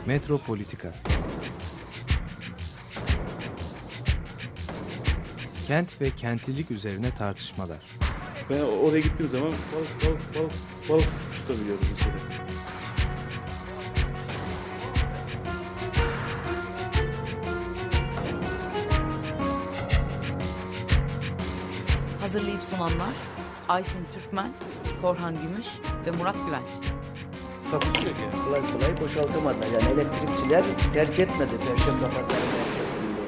Metropolitika. Kent ve kentlilik üzerine tartışmalar. Ben oraya gittiğim zaman balık tutabiliyorum mesela. Hazırlayıp sunanlar Aysin Türkmen, Korhan Gümüş ve Murat Güvenç. Takusu yok yani. Kolay kolay boşaltamadılar. Yani elektrikçiler terk etmedi Perşembe Pazarı merkezinde.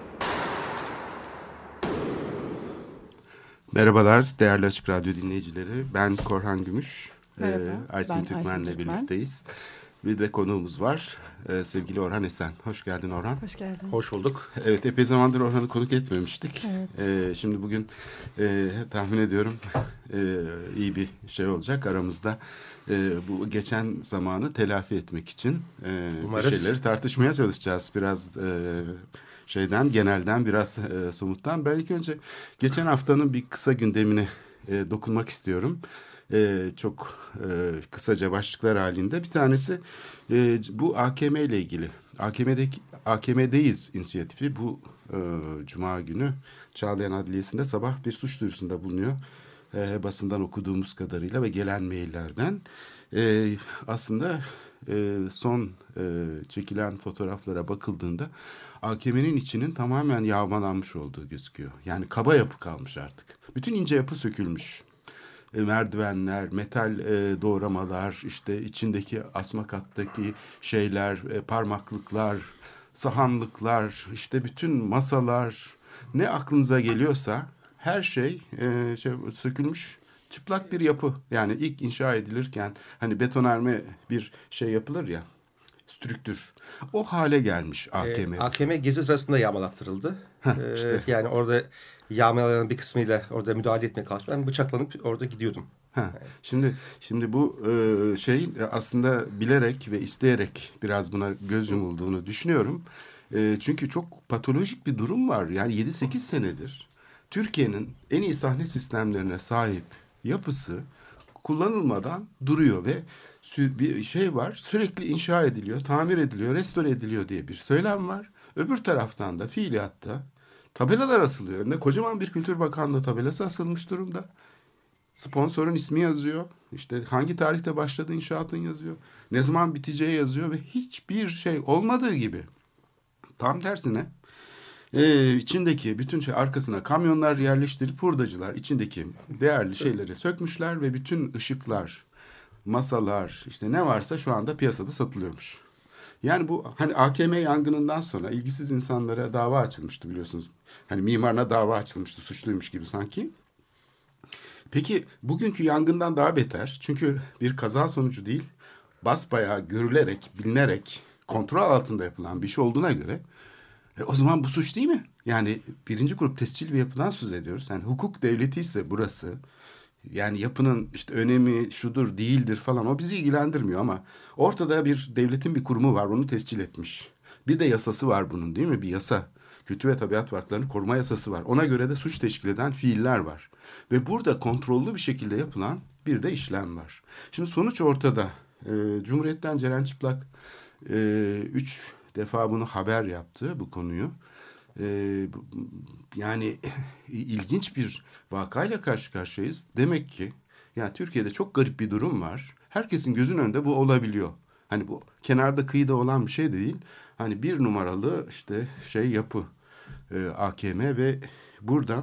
Merhabalar değerli Açık Radyo dinleyicileri. Ben Korhan Gümüş. Merhaba, Aysin Türkmen'le birlikteyiz. Bir de konuğumuz var. Sevgili Orhan Esen. Hoş geldin Orhan. Hoş geldin. Hoş bulduk. Evet, epey zamandır Orhan'ı konuk etmemiştik. Evet. Şimdi bugün tahmin ediyorum iyi bir şey olacak aramızda. Bu geçen zamanı telafi etmek için bir şeyleri tartışmaya çalışacağız. Biraz genelden biraz somuttan. Ben ilk önce geçen haftanın bir kısa gündemine dokunmak istiyorum. Çok kısaca başlıklar halinde. Bir tanesi bu AKM ile ilgili. AKM'deyiz inisiyatifi bu Cuma günü Çağlayan Adliyesi'nde sabah bir suç duyurusunda bulunuyor. Basından okuduğumuz kadarıyla ve gelen maillerden. Aslında son çekilen fotoğraflara bakıldığında AKM'nin içinin tamamen yağmalanmış olduğu gözüküyor. Yani kaba yapı kalmış artık. Bütün ince yapı sökülmüş. Merdivenler, metal doğramalar, işte içindeki asma kattaki şeyler, parmaklıklar, sahanlıklar, işte bütün masalar, ne aklınıza geliyorsa her şey sökülmüş. Çıplak bir yapı. Yani ilk inşa edilirken hani betonarme bir şey yapılır ya, strüktür. O hale gelmiş AKM. AKM gezi sırasında yağmalattırıldı. İşte. Yani orada yağmalanan bir kısmıyla orada müdahale etmeye kalktım. Ben bıçaklanıp orada gidiyordum. Şimdi bu aslında bilerek ve isteyerek biraz buna göz yumulduğunu düşünüyorum. Çünkü çok patolojik bir durum var. Yani 7-8 senedir Türkiye'nin en iyi sahne sistemlerine sahip yapısı kullanılmadan duruyor ve bir şey var, sürekli inşa ediliyor, tamir ediliyor, restore ediliyor diye bir söylem var. Öbür taraftan da fiiliyatta tabelalar asılıyor. Önüne kocaman bir Kültür Bakanlığı tabelası asılmış durumda. Sponsorun ismi yazıyor. İşte hangi tarihte başladı inşaatın yazıyor. Ne zaman biteceği yazıyor ve hiçbir şey olmadığı gibi. Tam tersine içindeki bütün arkasına kamyonlar yerleştirip hurdacılar içindeki değerli şeyleri sökmüşler ve bütün ışıklar, masalar, işte ne varsa şu anda piyasada satılıyormuş. Yani bu hani AKM yangınından sonra ilgisiz insanlara dava açılmıştı biliyorsunuz. Hani mimarına dava açılmıştı, suçluymuş gibi sanki. Peki bugünkü yangından daha beter. Çünkü bir kaza sonucu değil, basbayağı görülerek, bilinerek, kontrol altında yapılan bir şey olduğuna göre o zaman bu suç değil mi? Yani birinci grup tescil bir yapıdan söz ediyoruz. Yani hukuk devleti ise burası. Yani yapının işte önemi şudur değildir falan o bizi ilgilendirmiyor ama ortada bir devletin bir kurumu var, onu tescil etmiş. Bir de yasası var bunun, değil mi? Bir yasa. Kültür ve Tabiat Varlıklarını Koruma Yasası var. Ona göre de suç teşkil eden fiiller var. Ve burada kontrollü bir şekilde yapılan bir de işlem var. Şimdi sonuç ortada. Cumhuriyet'ten Ceren Çıplak 3 defa bunu haber yaptı, bu konuyu. Yani ilginç bir vakayla karşı karşıyayız. Demek ki yani Türkiye'de çok garip bir durum var. Herkesin gözünün önünde bu olabiliyor. Hani bu kenarda kıyıda olan bir şey değil. Hani bir numaralı işte yapı AKM ve burada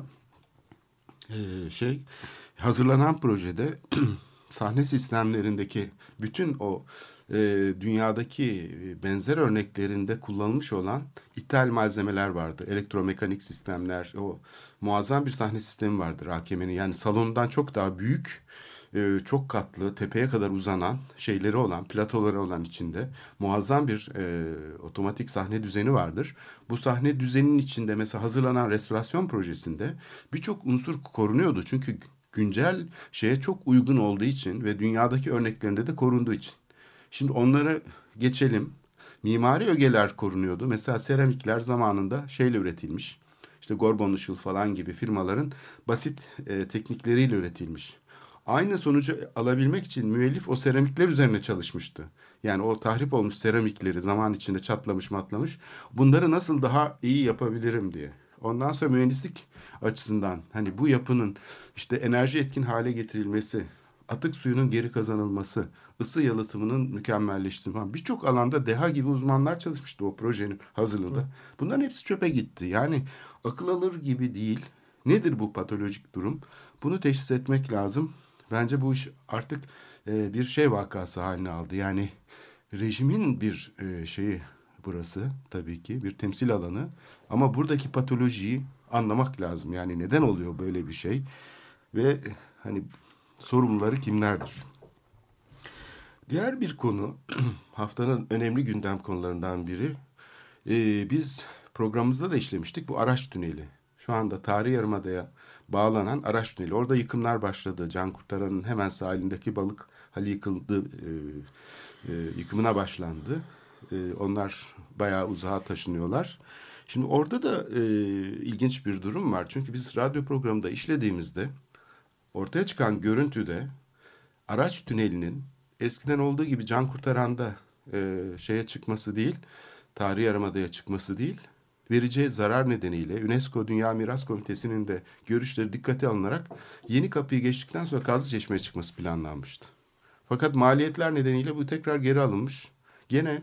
hazırlanan projede sahne sistemlerindeki bütün o dünyadaki benzer örneklerinde kullanılmış olan ithal malzemeler vardı. Elektromekanik sistemler, o muazzam bir sahne sistemi vardır AKM'nin. Yani salondan çok daha büyük, çok katlı, tepeye kadar uzanan şeyleri olan, platoları olan içinde muazzam bir otomatik sahne düzeni vardır. Bu sahne düzeninin içinde mesela hazırlanan restorasyon projesinde birçok unsur korunuyordu. Çünkü güncel şeye çok uygun olduğu için ve dünyadaki örneklerinde de korunduğu için. Şimdi onlara geçelim. Mimari ögeler korunuyordu. Mesela seramikler zamanında üretilmiş. İşte Gorbon Işıl falan gibi firmaların basit teknikleriyle üretilmiş. Aynı sonucu alabilmek için müellif o seramikler üzerine çalışmıştı. Yani o tahrip olmuş seramikleri zaman içinde çatlamış matlamış. Bunları nasıl daha iyi yapabilirim diye. Ondan sonra mühendislik açısından hani bu yapının işte enerji etkin hale getirilmesi, atık suyunun geri kazanılması, ısı yalıtımının mükemmelleştirilmesi, birçok alanda deha gibi uzmanlar çalışmıştı o projenin hazırlığında. Bunların hepsi çöpe gitti. Yani akıl alır gibi değil. Nedir bu patolojik durum? Bunu teşhis etmek lazım. Bence bu iş artık bir şey vakası haline aldı. Yani rejimin bir şeyi burası tabii ki bir temsil alanı. Ama buradaki patolojiyi anlamak lazım. Yani neden oluyor böyle bir şey? Ve hani sorumluları kimlerdir? Diğer bir konu haftanın önemli gündem konularından biri. Biz programımızda da işlemiştik bu Araç Tüneli. Şu anda Tarihi Yarımada'ya bağlanan Araç Tüneli. Orada yıkımlar başladı. Can Kurtaran'ın hemen sahilindeki balık hali yıkıldı. Yıkımına başlandı. Onlar bayağı uzağa taşınıyorlar. Şimdi orada da ilginç bir durum var. Çünkü biz radyo programında işlediğimizde ortaya çıkan görüntüde Araç Tüneli'nin eskiden olduğu gibi Can Kurtaran'da şeye çıkması değil, Tarihi Yarımada'ya çıkması değil, vereceği zarar nedeniyle UNESCO Dünya Miras Komitesi'nin de görüşleri dikkate alınarak Yeni Kapı'yı geçtikten sonra Kazlıçeşme'ye çıkması planlanmıştı. Fakat maliyetler nedeniyle bu tekrar geri alınmış. Gene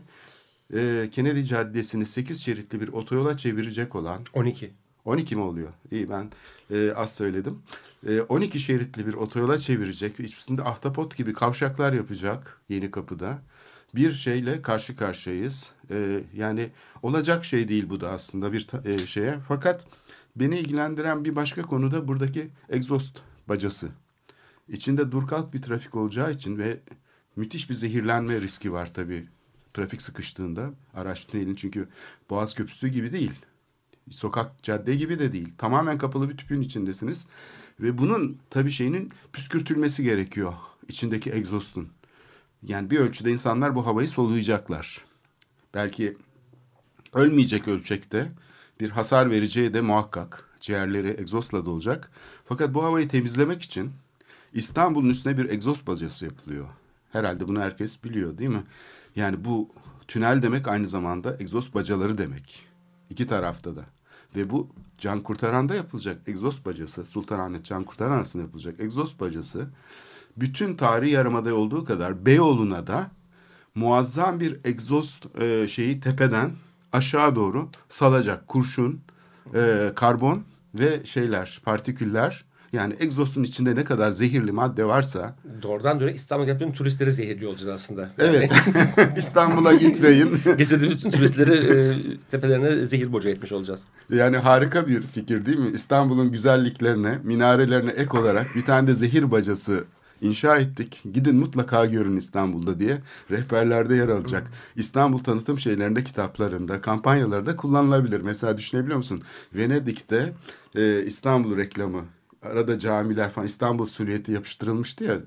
Kennedy Caddesi'ni 8 şeritli bir otoyola çevirecek olan 12. 12 mi oluyor? İyi ben az söyledim. 12 şeritli bir otoyola çevirecek. Üstünde ahtapot gibi kavşaklar yapacak Yeni Kapı'da. Bir şeyle karşı karşıyayız. Yani olacak şey değil bu da aslında bir şeye. Fakat beni ilgilendiren bir başka konu da buradaki egzoz bacası. İçinde dur kalk bir trafik olacağı için ve müthiş bir zehirlenme riski var tabii. Trafik sıkıştığında araç tünelin çünkü Boğaz Köprüsü gibi değil. Sokak, cadde gibi de değil. Tamamen kapalı bir tüpün içindesiniz. Ve bunun tabii şeyinin püskürtülmesi gerekiyor. İçindeki egzostun. Yani bir ölçüde insanlar bu havayı soluyacaklar. Belki ölmeyecek ölçekte bir hasar vereceği de muhakkak. Ciğerleri egzozla dolacak. Fakat bu havayı temizlemek için İstanbul'un üstüne bir egzoz bacası yapılıyor. Herhalde bunu herkes biliyor değil mi? Yani bu tünel demek aynı zamanda egzoz bacaları demek. İki tarafta da. Ve bu Can Kurtaran'da yapılacak egzoz bacası, Sultanahmet Can Kurtaran arasında yapılacak egzoz bacası, bütün Tarihi Yarımada olduğu kadar Beyoğlu'na da muazzam bir egzoz şeyi tepeden aşağı doğru salacak. Kurşun, karbon ve şeyler, partiküller. Yani egzozun içinde ne kadar zehirli madde varsa. Doğrudan doğru İstanbul'a gelen bütün turistleri zehirliyor olacağız aslında. Evet. İstanbul'a gitmeyin. Getirdiğimiz bütün turistleri tepelerine zehir boca etmiş olacağız. Yani harika bir fikir değil mi? İstanbul'un güzelliklerine, minarelerine ek olarak bir tane de zehir bacası inşa ettik. Gidin mutlaka görün İstanbul'da diye rehberlerde yer alacak. İstanbul tanıtım şeylerinde, kitaplarında, kampanyalarda kullanılabilir. Mesela düşünebiliyor musun? Venedik'te İstanbul reklamı. Arada camiler falan İstanbul silüeti yapıştırılmıştı ya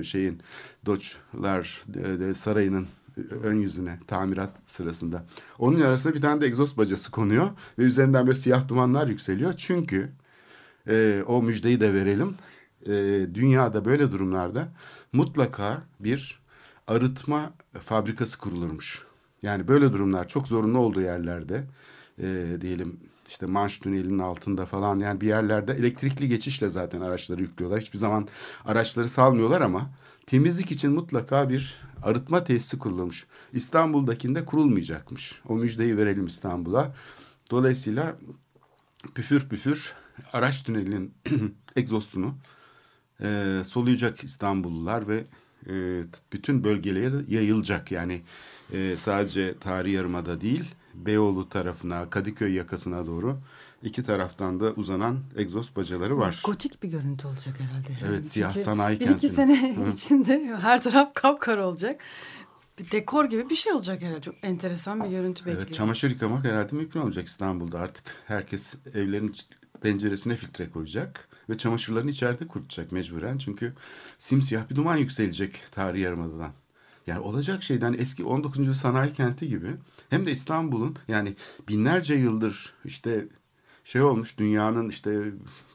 Doçlar Sarayı'nın ön yüzüne tamirat sırasında. Onun arasında bir tane de egzoz bacası konuyor ve üzerinden böyle siyah dumanlar yükseliyor. Çünkü o müjdeyi de verelim. Dünyada böyle durumlarda mutlaka bir arıtma fabrikası kurulurmuş. Yani böyle durumlar çok zorunlu olduğu yerlerde diyelim işte Manş Tüneli'nin altında falan yani bir yerlerde elektrikli geçişle zaten araçları yüklüyorlar. Hiçbir zaman araçları salmıyorlar ama temizlik için mutlaka bir arıtma tesisi kurulmuş. İstanbul'dakinde kurulmayacakmış. O müjdeyi verelim İstanbul'a. Dolayısıyla püfür püfür araç tünelinin egzostunu soluyacak İstanbullular ve bütün bölgelere yayılacak. Yani sadece Tarihi Yarımada değil, Beyoğlu tarafına, Kadıköy yakasına doğru iki taraftan da uzanan egzoz bacaları var. Gotik bir görüntü olacak herhalde. Evet, siyah çünkü sanayi bir kenti. iki sene içinde her taraf kapkara olacak. Bir dekor gibi bir şey olacak herhalde. Çok enteresan bir görüntü bekliyor. Evet, çamaşır yıkamak herhalde mümkün olacak İstanbul'da. Artık herkes evlerin penceresine filtre koyacak ve çamaşırlarını içeride kurutacak mecburen. Çünkü simsiyah bir duman yükselecek Tarihi Yarımada'dan. Yani olacak şeyden eski 19. sanayi kenti gibi hem de İstanbul'un yani binlerce yıldır işte şey olmuş dünyanın işte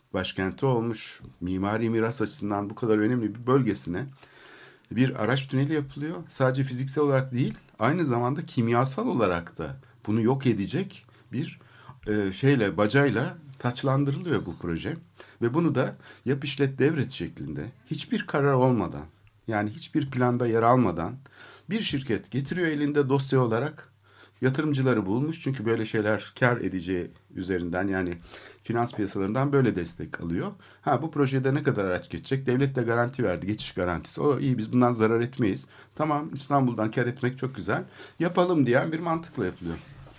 başkenti olmuş, mimari miras açısından bu kadar önemli bir bölgesine bir araç tüneli yapılıyor. Sadece fiziksel olarak değil, aynı zamanda kimyasal olarak da bunu yok edecek bir bacayla taçlandırılıyor bu proje. Ve bunu da yap işlet devret şeklinde hiçbir karar olmadan, yani hiçbir planda yer almadan bir şirket getiriyor elinde dosya olarak, yatırımcıları bulmuş. Çünkü böyle şeyler kar edeceği üzerinden, yani finans piyasalarından böyle destek alıyor. Bu projede ne kadar araç geçecek? Devlet de garanti verdi, geçiş garantisi. O iyi, biz bundan zarar etmeyiz. Tamam, İstanbul'dan kar etmek çok güzel. Yapalım diyen bir mantıkla yapılıyor.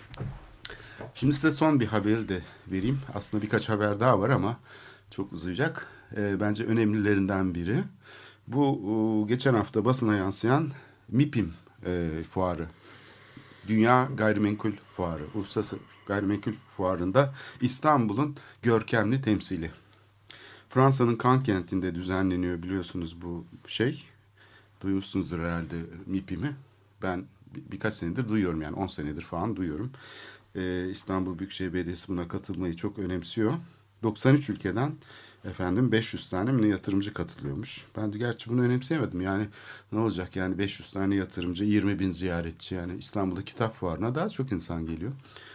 Şimdi size son bir haberi de vereyim. Aslında birkaç haber daha var ama çok uzayacak. Bence önemlilerinden biri. Bu geçen hafta basına yansıyan MİPİM fuarı. Dünya Gayrimenkul Fuarı. Uluslararası Gayrimenkul Fuarı'nda İstanbul'un görkemli temsili. Fransa'nın Cannes kentinde düzenleniyor, biliyorsunuz bu şey. Duymuşsunuzdur herhalde MİPİM'i. Ben birkaç senedir duyuyorum, yani 10 senedir falan duyuyorum. İstanbul Büyükşehir Belediyesi buna katılmayı çok önemsiyor. 93 ülkeden 500 tane mi yatırımcı katılıyormuş. Ben de gerçi bunu önemseyemedim. Yani ne olacak yani 500 tane yatırımcı, 20.000 ziyaretçi, yani İstanbul'da kitap fuarına daha çok insan geliyor.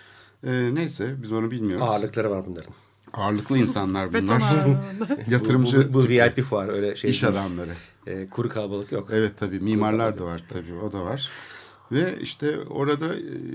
Neyse, biz onu bilmiyoruz. Ağırlıkları var bunların. Ağırlıklı insanlar Beton bunlar. ağırlığında. Yatırımcı Bu VIP fuar, öyle şey iş değil. adamları. Kuru kalabalık yok. Evet, tabii mimarlar da var, tabii o da var. Ve işte orada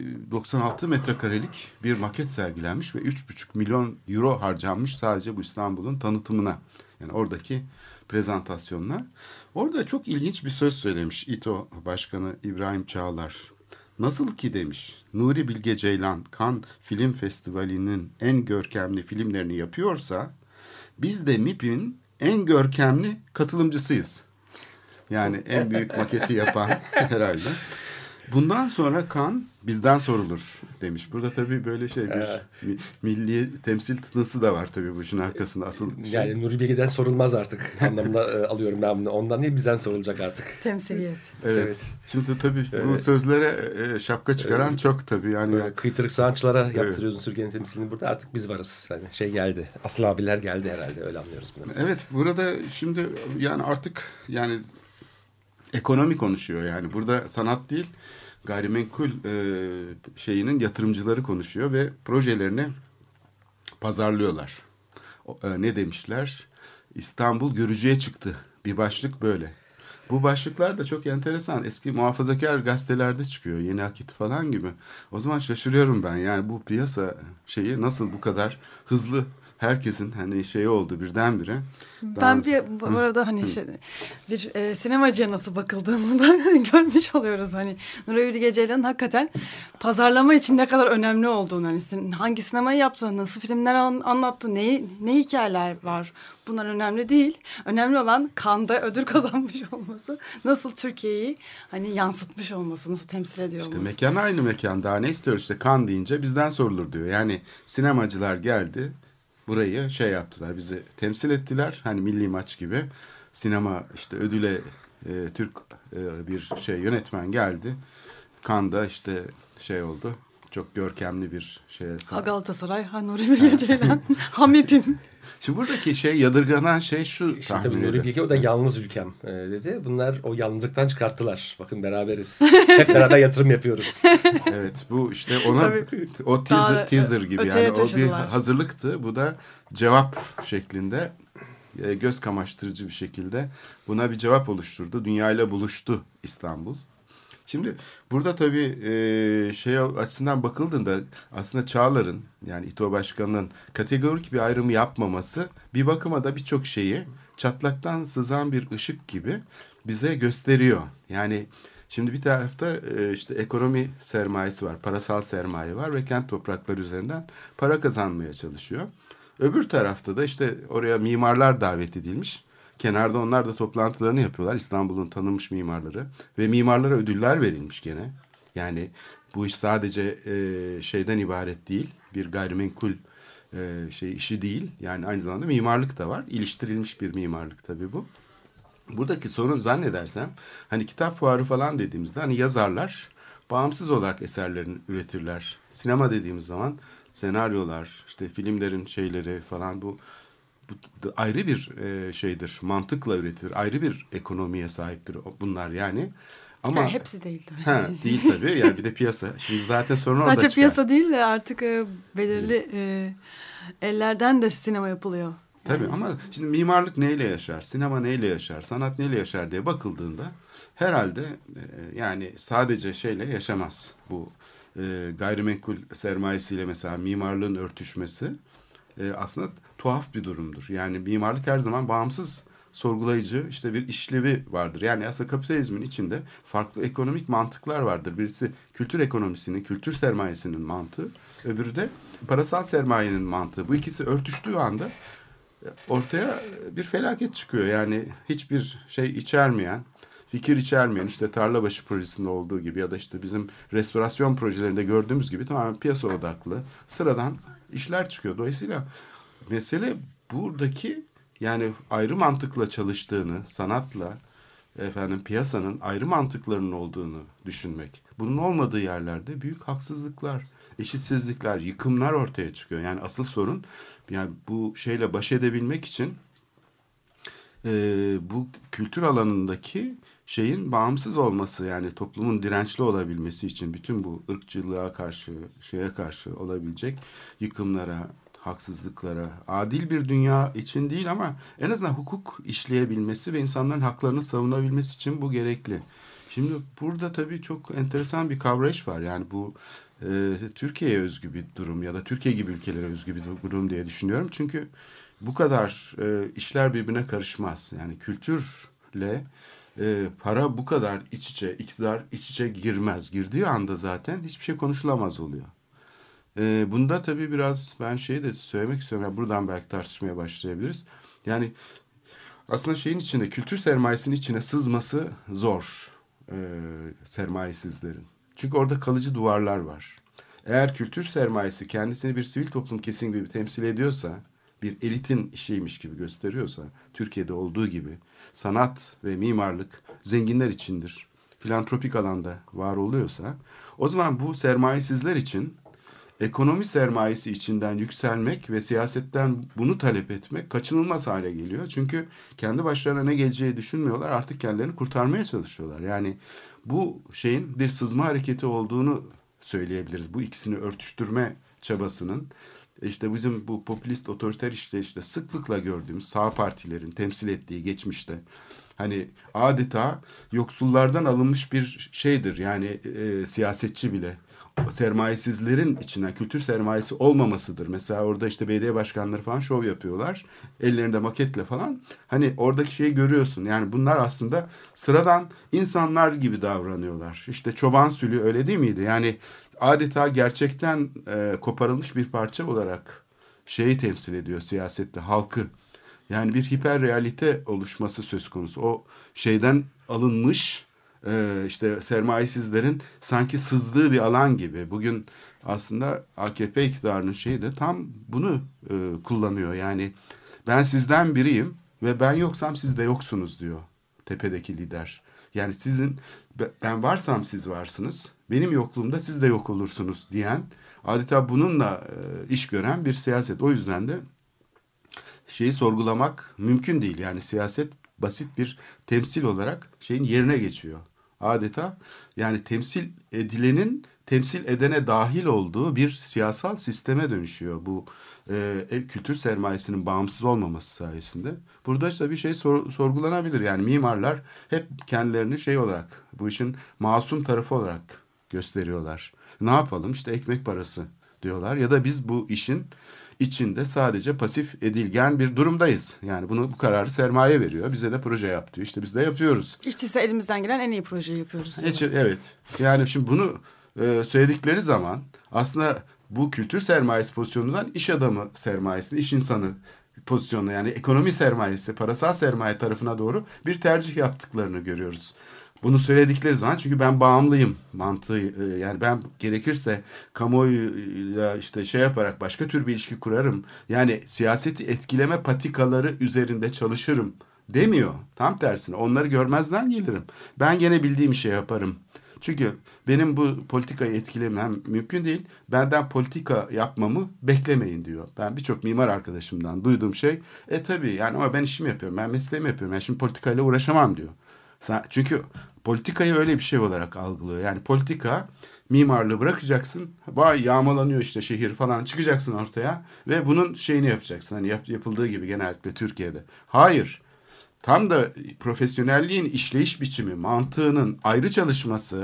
96 metrekarelik bir maket sergilenmiş ve 3,5 milyon euro harcanmış sadece bu İstanbul'un tanıtımına. Yani oradaki prezentasyonuna. Orada çok ilginç bir söz söylemiş İTO Başkanı İbrahim Çağlar. Nasıl ki demiş, Nuri Bilge Ceylan Cannes Film Festivali'nin en görkemli filmlerini yapıyorsa, biz de MİP'in en görkemli katılımcısıyız. Yani en büyük maketi yapan herhalde. Bundan sonra Cannes bizden sorulur demiş. Burada tabii böyle bir milli temsil tınısı da var tabii bu işin arkasında. Asıl Yani Nuri Bilge'den sorulmaz artık anlamında alıyorum ben bunu. Ondan değil, bizden sorulacak artık. Temsiliyet. Evet. Şimdi tabii bu sözlere şapka çıkaran çok tabii. Yani Kıytırık sanatçılara yaptırıyorsun Türkiye'nin temsilini, burada artık biz varız. Yani geldi. Asıl abiler geldi herhalde, öyle anlıyoruz bunu. Evet, burada şimdi yani artık yani ekonomi konuşuyor yani. Burada sanat değil, gayrimenkul yatırımcıları konuşuyor ve projelerini pazarlıyorlar. Ne demişler? İstanbul görücüye çıktı. Bir başlık böyle. Bu başlıklar da çok enteresan. Eski muhafazakar gazetelerde çıkıyor. Yeni Akit falan gibi. O zaman şaşırıyorum ben. Yani bu piyasa nasıl bu kadar hızlı, herkesin oldu birdenbire. Ben bu arada bir sinemacıya nasıl bakıldığını da görmüş oluyoruz. Nuri Bilge Ceylan'ın hakikaten pazarlama için ne kadar önemli olduğunu, hangi sinemayı yaptı, nasıl filmler anlattı, ne hikayeler var, bunlar önemli değil. Önemli olan Cannes'da ödül kazanmış olması, nasıl Türkiye'yi yansıtmış olması, nasıl temsil ediyor olması. Mekan aynı mekan, daha ne istiyoruz, Cannes deyince bizden sorulur diyor. Yani sinemacılar geldi, burayı yaptılar, bizi temsil ettiler. Milli maç gibi sinema ödüle Türk bir yönetmen geldi. Cannes'da oldu. Çok görkemli bir sahip. Galatasaray, Nuri Bilge Ceylan, MİPİM. Şimdi buradaki yadırganan şu tahmin ediyorum. Nuri Bilge o da yalnız ülkem dedi. Bunlar o yalnızlıktan çıkarttılar. Bakın beraberiz. Hep beraber yatırım yapıyoruz. Evet, bu ona o teaser gibi, yani o bir hazırlıktı. Bu da cevap şeklinde, göz kamaştırıcı bir şekilde buna bir cevap oluşturdu. Dünyayla buluştu İstanbul. Şimdi burada tabii açısından bakıldığında aslında Çağlar'ın, yani İTO Başkanı'nın kategorik bir ayrımı yapmaması bir bakıma da birçok şeyi çatlaktan sızan bir ışık gibi bize gösteriyor. Yani şimdi bir tarafta ekonomi sermayesi var, parasal sermaye var ve kent toprakları üzerinden para kazanmaya çalışıyor. Öbür tarafta da oraya mimarlar davet edilmiş. Kenarda onlar da toplantılarını yapıyorlar. İstanbul'un tanınmış mimarları. Ve mimarlara ödüller verilmiş gene. Yani bu iş sadece şeyden ibaret değil. Bir gayrimenkul işi değil. Yani aynı zamanda mimarlık da var. İliştirilmiş bir mimarlık tabii bu. Buradaki sorun zannedersem kitap fuarı falan dediğimizde yazarlar bağımsız olarak eserlerini üretirler. Sinema dediğimiz zaman senaryolar, filmlerin falan bu ayrı bir şeydir, mantıkla üretilir, ayrı bir ekonomiye sahiptir bunlar yani. Ama Yani hepsi değil tabii. değil tabii. Yani bir de piyasa. Şimdi zaten sorun orada Sadece çıkar. piyasa değil de artık belirli ellerden de sinema yapılıyor. Tabii ama şimdi mimarlık neyle yaşar, sinema neyle yaşar, sanat neyle yaşar diye bakıldığında herhalde yani sadece şeyle yaşamaz. Bu gayrimenkul sermayesiyle mesela mimarlığın örtüşmesi aslında tuhaf bir durumdur. Yani mimarlık her zaman bağımsız sorgulayıcı işte bir işlevi vardır. Yani aslında kapitalizmin içinde farklı ekonomik mantıklar vardır. Birisi kültür ekonomisinin, kültür sermayesinin mantığı, öbürü de parasal sermayenin mantığı. Bu ikisi örtüştüğü anda ortaya bir felaket çıkıyor. Yani hiçbir şey içermeyen, fikir içermeyen, işte Tarlabaşı projesinde olduğu gibi ya da işte bizim restorasyon projelerinde gördüğümüz gibi tamamen piyasa odaklı, sıradan işler çıkıyor. Dolayısıyla mesele buradaki yani ayrı mantıkla çalıştığını, sanatla piyasanın ayrı mantıklarının olduğunu düşünmek. Bunun olmadığı yerlerde büyük haksızlıklar, eşitsizlikler, yıkımlar ortaya çıkıyor. Yani asıl sorun yani bu şeyle baş edebilmek için bu kültür alanındaki şeyin bağımsız olması, yani toplumun dirençli olabilmesi için bütün bu ırkçılığa karşı, şeye karşı olabilecek yıkımlara, haksızlıklara, adil bir dünya için değil ama en azından hukuk işleyebilmesi ve insanların haklarını savunabilmesi için bu gerekli. Şimdi burada tabii çok enteresan bir kavrayış var. Yani bu Türkiye'ye özgü bir durum ya da Türkiye gibi ülkelere özgü bir durum diye düşünüyorum. Çünkü bu kadar işler birbirine karışmaz. Yani kültürle para bu kadar iç içe, iktidar iç içe girmez. Girdiği anda zaten hiçbir şey konuşulamaz oluyor. Bunda tabii biraz ben şeyi de söylemek istiyorum. Yani buradan belki tartışmaya başlayabiliriz. Yani aslında şeyin içine, kültür sermayesinin içine sızması zor sermayesizlerin. Çünkü orada kalıcı duvarlar var. Eğer kültür sermayesi kendisini bir sivil toplum kesimi gibi temsil ediyorsa, bir elitin işiymiş gibi gösteriyorsa, Türkiye'de olduğu gibi sanat ve mimarlık zenginler içindir, filantropik alanda var oluyorsa, o zaman bu sermayesizler için ekonomi sermayesi içinden yükselmek ve siyasetten bunu talep etmek kaçınılmaz hale geliyor. Çünkü kendi başlarına ne geleceği düşünmüyorlar, artık kendilerini kurtarmaya çalışıyorlar. Yani bu şeyin bir sızma hareketi olduğunu söyleyebiliriz. Bu ikisini örtüştürme çabasının işte bizim bu popülist otoriter işte sıklıkla gördüğümüz sağ partilerin temsil ettiği geçmişte hani adeta yoksullardan alınmış bir şeydir. Yani siyasetçi bile sermayesizlerin içinden kültür sermayesi olmamasıdır. Mesela orada işte belediye başkanları falan şov yapıyorlar. Ellerinde maketle falan. Hani oradaki şeyi görüyorsun. Yani bunlar aslında sıradan insanlar gibi davranıyorlar. İşte çoban sülü öyle değil miydi? Yani adeta gerçekten koparılmış bir parça olarak şeyi temsil ediyor siyasette, halkı. Yani bir hiperrealite oluşması söz konusu. O şeyden alınmış işte sermayesizlerin sanki sızdığı bir alan gibi. Bugün aslında AKP iktidarının şeyi de tam bunu kullanıyor. Yani ben sizden biriyim ve ben yoksam siz de yoksunuz diyor tepedeki lider. Yani ben varsam siz varsınız, benim yokluğumda siz de yok olursunuz diyen, adeta bununla iş gören bir siyaset. O yüzden de şeyi sorgulamak mümkün değil. Yani siyaset basit bir temsil olarak şeyin yerine geçiyor. Adeta yani temsil edilenin temsil edene dahil olduğu bir siyasal sisteme dönüşüyor bu kültür sermayesinin bağımsız olmaması sayesinde. Burada işte bir şey sorgulanabilir. Yani mimarlar hep kendilerini şey olarak, bu işin masum tarafı olarak gösteriyorlar. Ne yapalım işte ekmek parası diyorlar ya da biz bu işin içinde sadece pasif edilgen bir durumdayız. Yani bu kararı sermaye veriyor. Bize de proje yap diyor. İşte biz de yapıyoruz. İşte ise elimizden gelen en iyi projeyi yapıyoruz. Evet. Yani şimdi bunu söyledikleri zaman aslında bu kültür sermayesi pozisyonundan iş adamı sermayesine, iş insanı pozisyonuna yani ekonomi sermayesi, parasal sermaye tarafına doğru bir tercih yaptıklarını görüyoruz. Bunu söyledikleri zaman çünkü ben bağımlıyım mantığı yani ben gerekirse kamuoyuyla işte şey yaparak başka tür bir ilişki kurarım. Yani siyaseti etkileme patikaları üzerinde çalışırım demiyor. Tam tersine onları görmezden gelirim. Ben gene bildiğim şey yaparım. Çünkü benim bu politikayı etkilemem mümkün değil. Benden politika yapmamı beklemeyin diyor. Ben birçok mimar arkadaşımdan duyduğum şey tabii yani ama ben işimi yapıyorum. Ben mesleğimi yapıyorum. Ben şimdi politikayla uğraşamam diyor. Çünkü politikayı öyle bir şey olarak algılıyor. Yani politika mimarlığı bırakacaksın. Vay yağmalanıyor işte şehir falan çıkacaksın ortaya ve bunun şeyini yapacaksın. Hani yapıldığı gibi genellikle Türkiye'de. Hayır. Tam da profesyonelliğin işleyiş biçimi, mantığının ayrı çalışması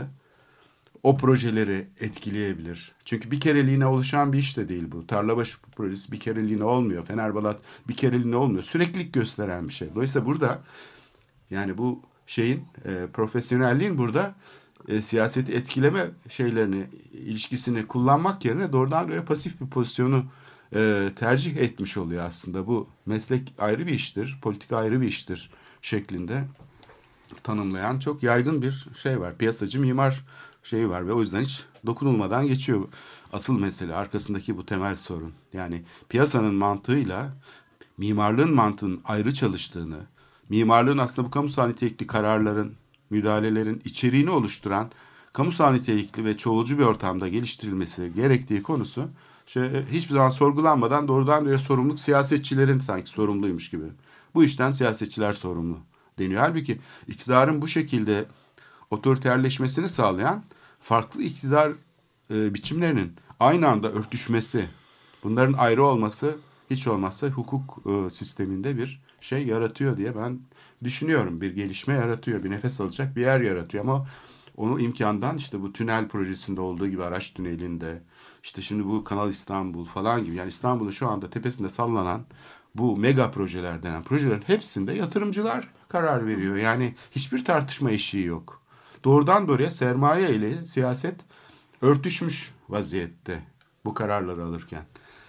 o projeleri etkileyebilir. Çünkü bir kereliğine oluşan bir iş de değil bu. Tarlabaşı projesi bir kereliğine olmuyor. Fenerbalat bir kereliğine olmuyor. Süreklilik gösteren bir şey. Dolayısıyla burada yani bu şeyin profesyonelliğin burada siyaseti etkileme şeylerini, ilişkisini kullanmak yerine doğrudan böyle pasif bir pozisyonu tercih etmiş oluyor aslında. Bu meslek ayrı bir iştir, politika ayrı bir iştir şeklinde tanımlayan çok yaygın bir şey var. Piyasacı mimar şeyi var ve o yüzden hiç dokunulmadan geçiyor. Asıl mesele arkasındaki bu temel sorun. Yani piyasanın mantığıyla mimarlığın mantığının ayrı çalıştığını, mimarlığın aslında bu kamusal nitelikli kararların, müdahalelerin içeriğini oluşturan kamusal nitelikli ve çoğulcu bir ortamda geliştirilmesi gerektiği konusu hiçbir zaman sorgulanmadan doğrudan doğruya sorumluluk siyasetçilerin sanki sorumluymuş gibi. Bu işten siyasetçiler sorumlu deniyor. Halbuki iktidarın bu şekilde otoriterleşmesini sağlayan farklı iktidar biçimlerinin aynı anda örtüşmesi, bunların ayrı olması hiç olmazsa hukuk sisteminde bir şey yaratıyor diye ben düşünüyorum. Bir gelişme yaratıyor, bir nefes alacak bir yer yaratıyor ama onu imkandan işte bu tünel projesinde olduğu gibi araç tünelinde, işte şimdi bu Kanal İstanbul falan gibi yani İstanbul'un şu anda tepesinde sallanan bu mega projeler denen projelerin hepsinde yatırımcılar karar veriyor. Yani hiçbir tartışma eşiği yok. Doğrudan doğruya sermaye ile siyaset örtüşmüş vaziyette bu kararları alırken.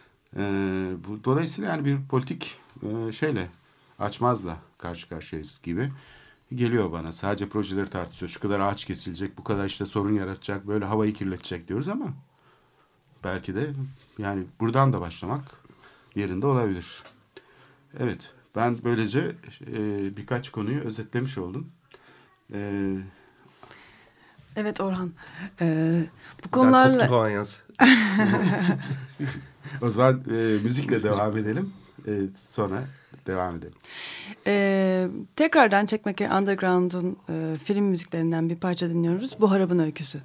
Dolayısıyla yani bir politik şeyle açmazla karşı karşıyayız gibi geliyor bana. Sadece projeleri tartışıyor. Şu kadar ağaç kesilecek, bu kadar işte sorun yaratacak, böyle havayı kirletecek diyoruz ama belki de yani buradan da başlamak yerinde olabilir. Evet, ben böylece birkaç konuyu özetlemiş oldum. Evet Orhan, bu konularla... O zaman müzikle devam edelim. Sonra devam edelim. Tekrardan Çekmeke Underground'un film müziklerinden bir parça dinliyoruz. Bu Harabın Öyküsü.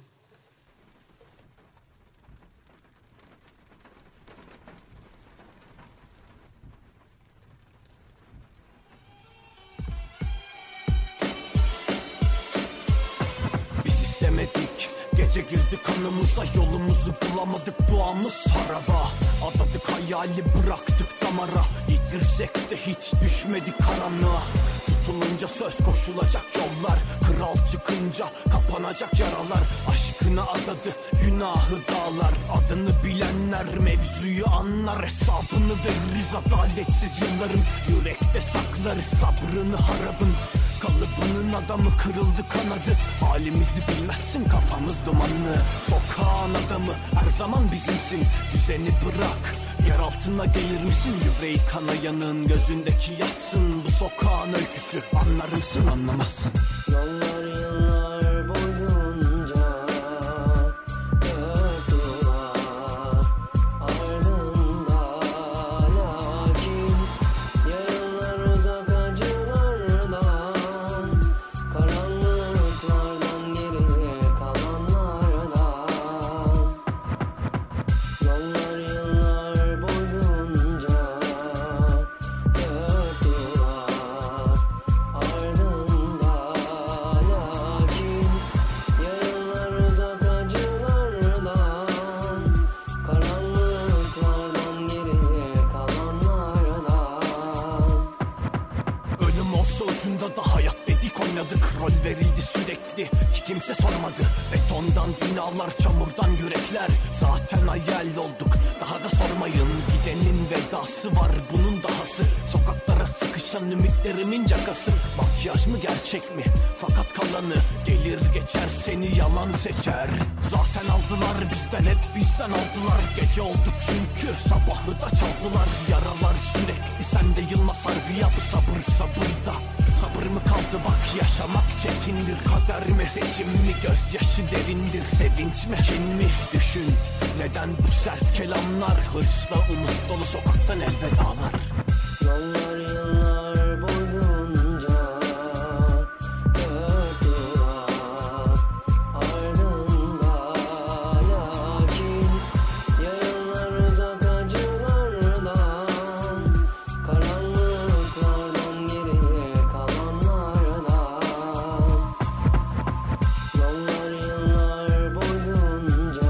Biz istemedik, gece girdi kanımıza, yolumuzu bulamadık, duamız haraba. Adadık hayali, bıraktık damara, yitirsek de hiç düşmedik karanlığa. Tutulunca söz koşulacak yollar, kral çıkınca kapanacak yaralar. Aşkına adadı günahı dağlar, adını bilenler mevzuyu anlar. Hesabını veririz adaletsiz yılların, yürekte saklarız sabrını harabın. Kalıbının adamı kırıldı kanadı, halimizi bilmezsin kafamız dumanlı. Sokağın adamı her zaman bizimsin, düzeni bırak, yer altına gelir misin? Yüreği kanayanın gözündeki yaşsın, bu sokağın öyküsü, anlar mısın anlamazsın. Yollar yıllar boyunca dört duvar ardında, lakin yaralar uzak acılardan, karanlıklardan geriye kalanlardan. Yollar yıllar boyunca dört duvar ardında, lakin yaralar uzak acılardan, karanlıklardan geriye kalanlardan. Ölüm olsa ucunda da hayat dedik, oynadık, rol verildi sürekli, hiç kimse sormadı. Betondan binalar, çamurdan yürekler, zaten hayal olduk, daha da sormayın. Gidenin vedası var, bunun dahası, sokaklara sıkışan ümitlerimin cakası. Makyaj mı gerçek mi? Fakat kalanı gelir geçer, seni yalan seçer. Zaten aldılar bizden, hep bizden aldılar. Gece olduk çünkü sabahı da çaldılar. Yaralar sürekli sende, Yılmaz Harbi Ya bu sabır sabırda, sabır mı kaldı bak, yaşamak çetindir. Kader mi, seçim mi, gözyaşı derindir. Sevinç mi, kin mi, düşün. Neden bu sert kelamlar, hırsla umut dolu sokaktan elvedalar. Yollar yıllar boyunca dört duvar ardında, lakin yaralar uzak acılardan, karanlıklardan geriye kalanlardan. Yollar yıllar boyunca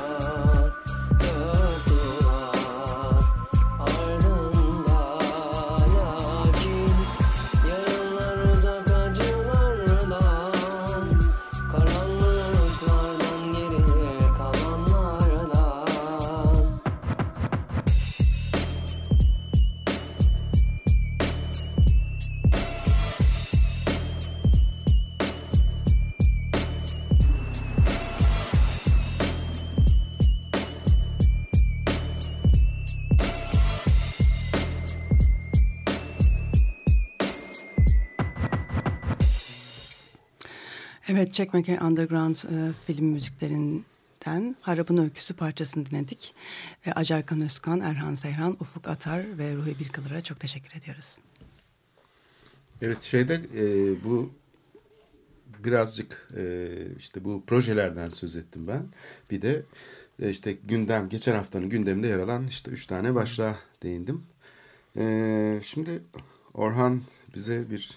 dört duvar ardında, lakin yaralar uzak acılardan, karanlıklardan geriye kalanlardan. Evet, Çekmekere Underground film müziklerinden Harap'ın Öyküsü parçasını dinledik. Acarkan Özkan, Erhan Seyhan, Ufuk Atar ve Ruhi Birkılır'a çok teşekkür ediyoruz. Evet, bu birazcık işte bu projelerden söz ettim ben. Bir de işte geçen haftanın gündeminde yer alan işte 3 tane başlığa değindim. Şimdi Orhan bize bir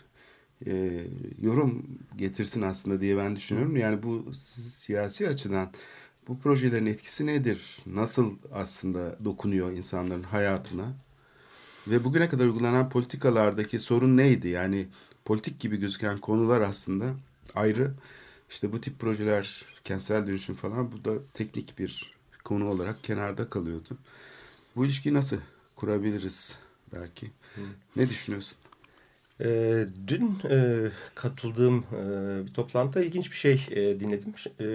yorum getirsin aslında diye ben düşünüyorum. Yani bu siyasi açıdan bu projelerin etkisi nedir? Nasıl aslında dokunuyor insanların hayatına? Ve bugüne kadar uygulanan politikalardaki sorun neydi? Yani politik gibi gözüken konular aslında ayrı. İşte bu tip projeler, kentsel dönüşüm falan, bu da teknik bir konu olarak kenarda kalıyordu. Bu ilişkiyi nasıl kurabiliriz belki? Ne düşünüyorsun? Dün katıldığım bir toplantıda ilginç bir şey dinledim.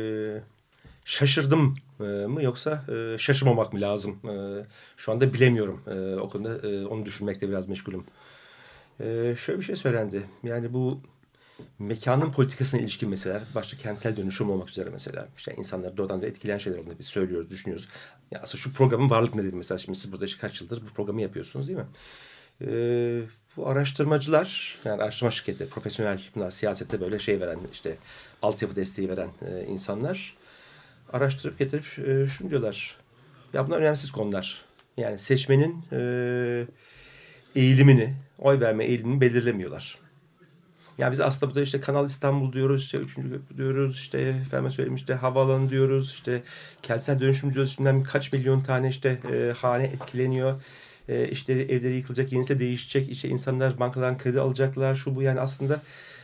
Şaşırdım mı yoksa şaşırmamak mı lazım? Şu anda bilemiyorum. O konuda onu düşünmekte biraz meşgulüm. Şöyle bir şey söylendi. Yani bu mekanın politikasına ilişkin meseleler, başta kentsel dönüşüm olmak üzere mesela. İşte insanları doğrudan da etkileyen şeyler olduğunu biz söylüyoruz, düşünüyoruz. Ya aslında şu programın varlık nedeni mesela. Şimdi siz burada kaç yıldır bu programı yapıyorsunuz değil mi? Bu araştırmacılar, yani araştırma şirketi, profesyonel, bunlar siyasette böyle şey veren, işte altyapı desteği veren insanlar araştırıp getirip şunu diyorlar. Ya bunlar önemsiz konular. Yani seçmenin eğilimini, oy verme eğilimini belirlemiyorlar. Yani biz aslında burada işte Kanal İstanbul diyoruz, işte 3. Köprü diyoruz, işte efendim söyleyeyim işte havaalanı diyoruz, işte kentsel dönüşüm diyoruz. Şimdiden kaç milyon tane işte hane etkileniyor. İşte evleri yıkılacak, yenisi değişecek, işte insanlar bankadan kredi alacaklar, şu bu, yani aslında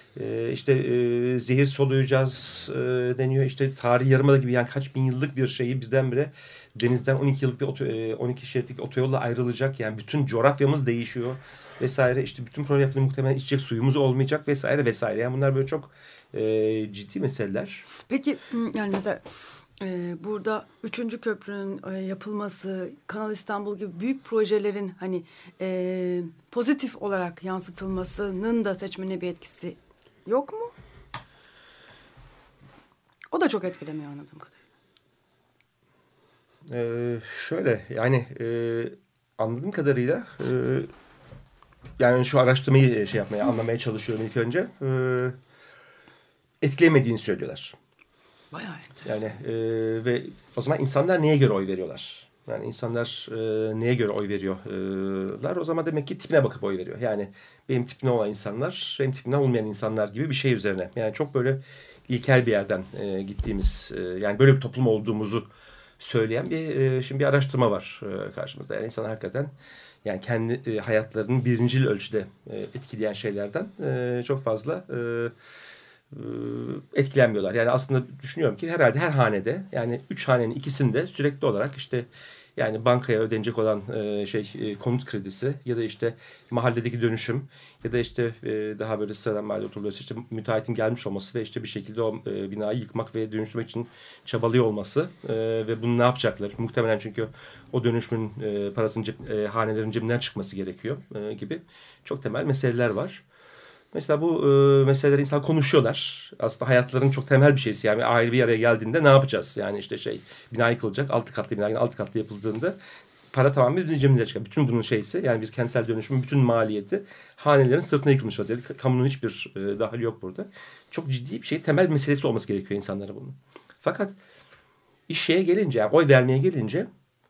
zehir soluyacağız deniyor. İşte tarihi yarımada gibi, yani kaç bin yıllık bir şeyi birdenbire denizden 12 yıllık bir 12 şeritlik otoyolla ayrılacak. Yani bütün coğrafyamız değişiyor vesaire. İşte bütün proje yaptığında muhtemelen içecek suyumuz olmayacak vesaire vesaire. Yani bunlar böyle çok ciddi meseleler. Peki yani mesela burada 3. köprünün yapılması, Kanal İstanbul gibi büyük projelerin hani pozitif olarak yansıtılmasının da seçmene bir etkisi yok mu? O da çok etkilemiyor anladığım kadarıyla. Şöyle yani anladığım kadarıyla yani şu araştırmayı anlamaya çalışıyorum ilk önce. Etkilemediğini söylüyorlar. Bayağı enteresan. Yani ve o zaman insanlar neye göre oy veriyorlar? Yani insanlar neye göre oy veriyorlar? O zaman demek ki tipine bakıp oy veriyor. Yani benim tipine olan insanlar, benim tipine olmayan insanlar gibi bir şey üzerine. Yani çok böyle ilkel bir yerden gittiğimiz, yani böyle bir toplum olduğumuzu söyleyen şimdi bir araştırma var karşımızda. Yani insanlar hakikaten yani kendi hayatlarının birincil ölçüde etkileyen şeylerden çok fazla etkilenmiyorlar. Yani aslında düşünüyorum ki herhalde her hanede, yani 3 hanenin ikisinde sürekli olarak işte Yani bankaya ödenecek olan konut kredisi ya da işte mahalledeki dönüşüm ya da işte daha böyle sıradan mahalle oturuluyorsa işte müteahhitin gelmiş olması ve işte bir şekilde o binayı yıkmak ve dönüştürmek için çabalıyor olması ve bunu ne yapacaklar? Muhtemelen çünkü o dönüşümün parasının hanelerin cebinden çıkması gerekiyor gibi çok temel meseleler var. Mesela bu meseleler insan konuşuyorlar. Aslında hayatlarının çok temel bir şeysi. Yani aile bir araya geldiğinde ne yapacağız? Yani işte bina yıkılacak. 6 katlı bina 6 katlı yapıldığında para tamamen bizim cebimize çıkar. Bütün bunun şeysi yani bir kentsel dönüşümün bütün maliyeti hanelerin sırtına yıkılmış vaziyette. Kamunun hiçbir dahili yok burada. Çok ciddi bir şey. Temel meselesi olması gerekiyor insanlara bunun. Fakat iş şeye gelince yani oy vermeye gelince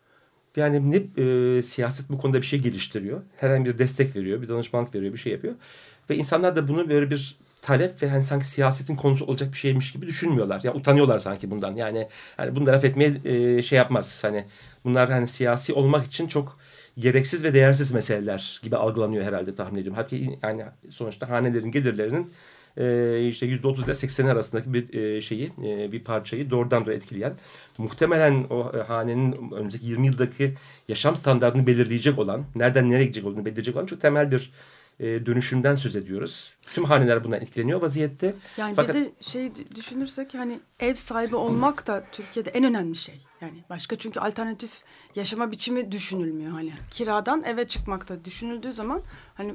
yani siyaset bu konuda bir şey geliştiriyor. Herhangi bir destek veriyor. Bir danışmanlık veriyor. Bir şey yapıyor. Ve insanlar da bunu böyle bir talep ve hani sanki siyasetin konusu olacak bir şeymiş gibi düşünmüyorlar. Ya utanıyorlar sanki bundan. Yani bunu laf etmeye yapmaz. Hani bunlar hani siyasi olmak için çok gereksiz ve değersiz meseleler gibi algılanıyor herhalde tahmin ediyorum. Halbuki yani sonuçta hanelerin gelirlerinin işte %30 ile 80 arasındaki bir bir parçayı doğrudan da etkileyen, muhtemelen o hanenin önümüzdeki 20 yıldaki yaşam standartını belirleyecek olan, nereden nereye gidecek olduğunu belirleyecek olan çok temel bir dönüşümden söz ediyoruz. Tüm haneler bundan etkileniyor vaziyette. Yani fakat bir de düşünürsek hani ev sahibi olmak da Türkiye'de en önemli şey. Yani başka çünkü alternatif yaşama biçimi düşünülmüyor hani. Kiradan eve çıkmak da düşünüldüğü zaman hani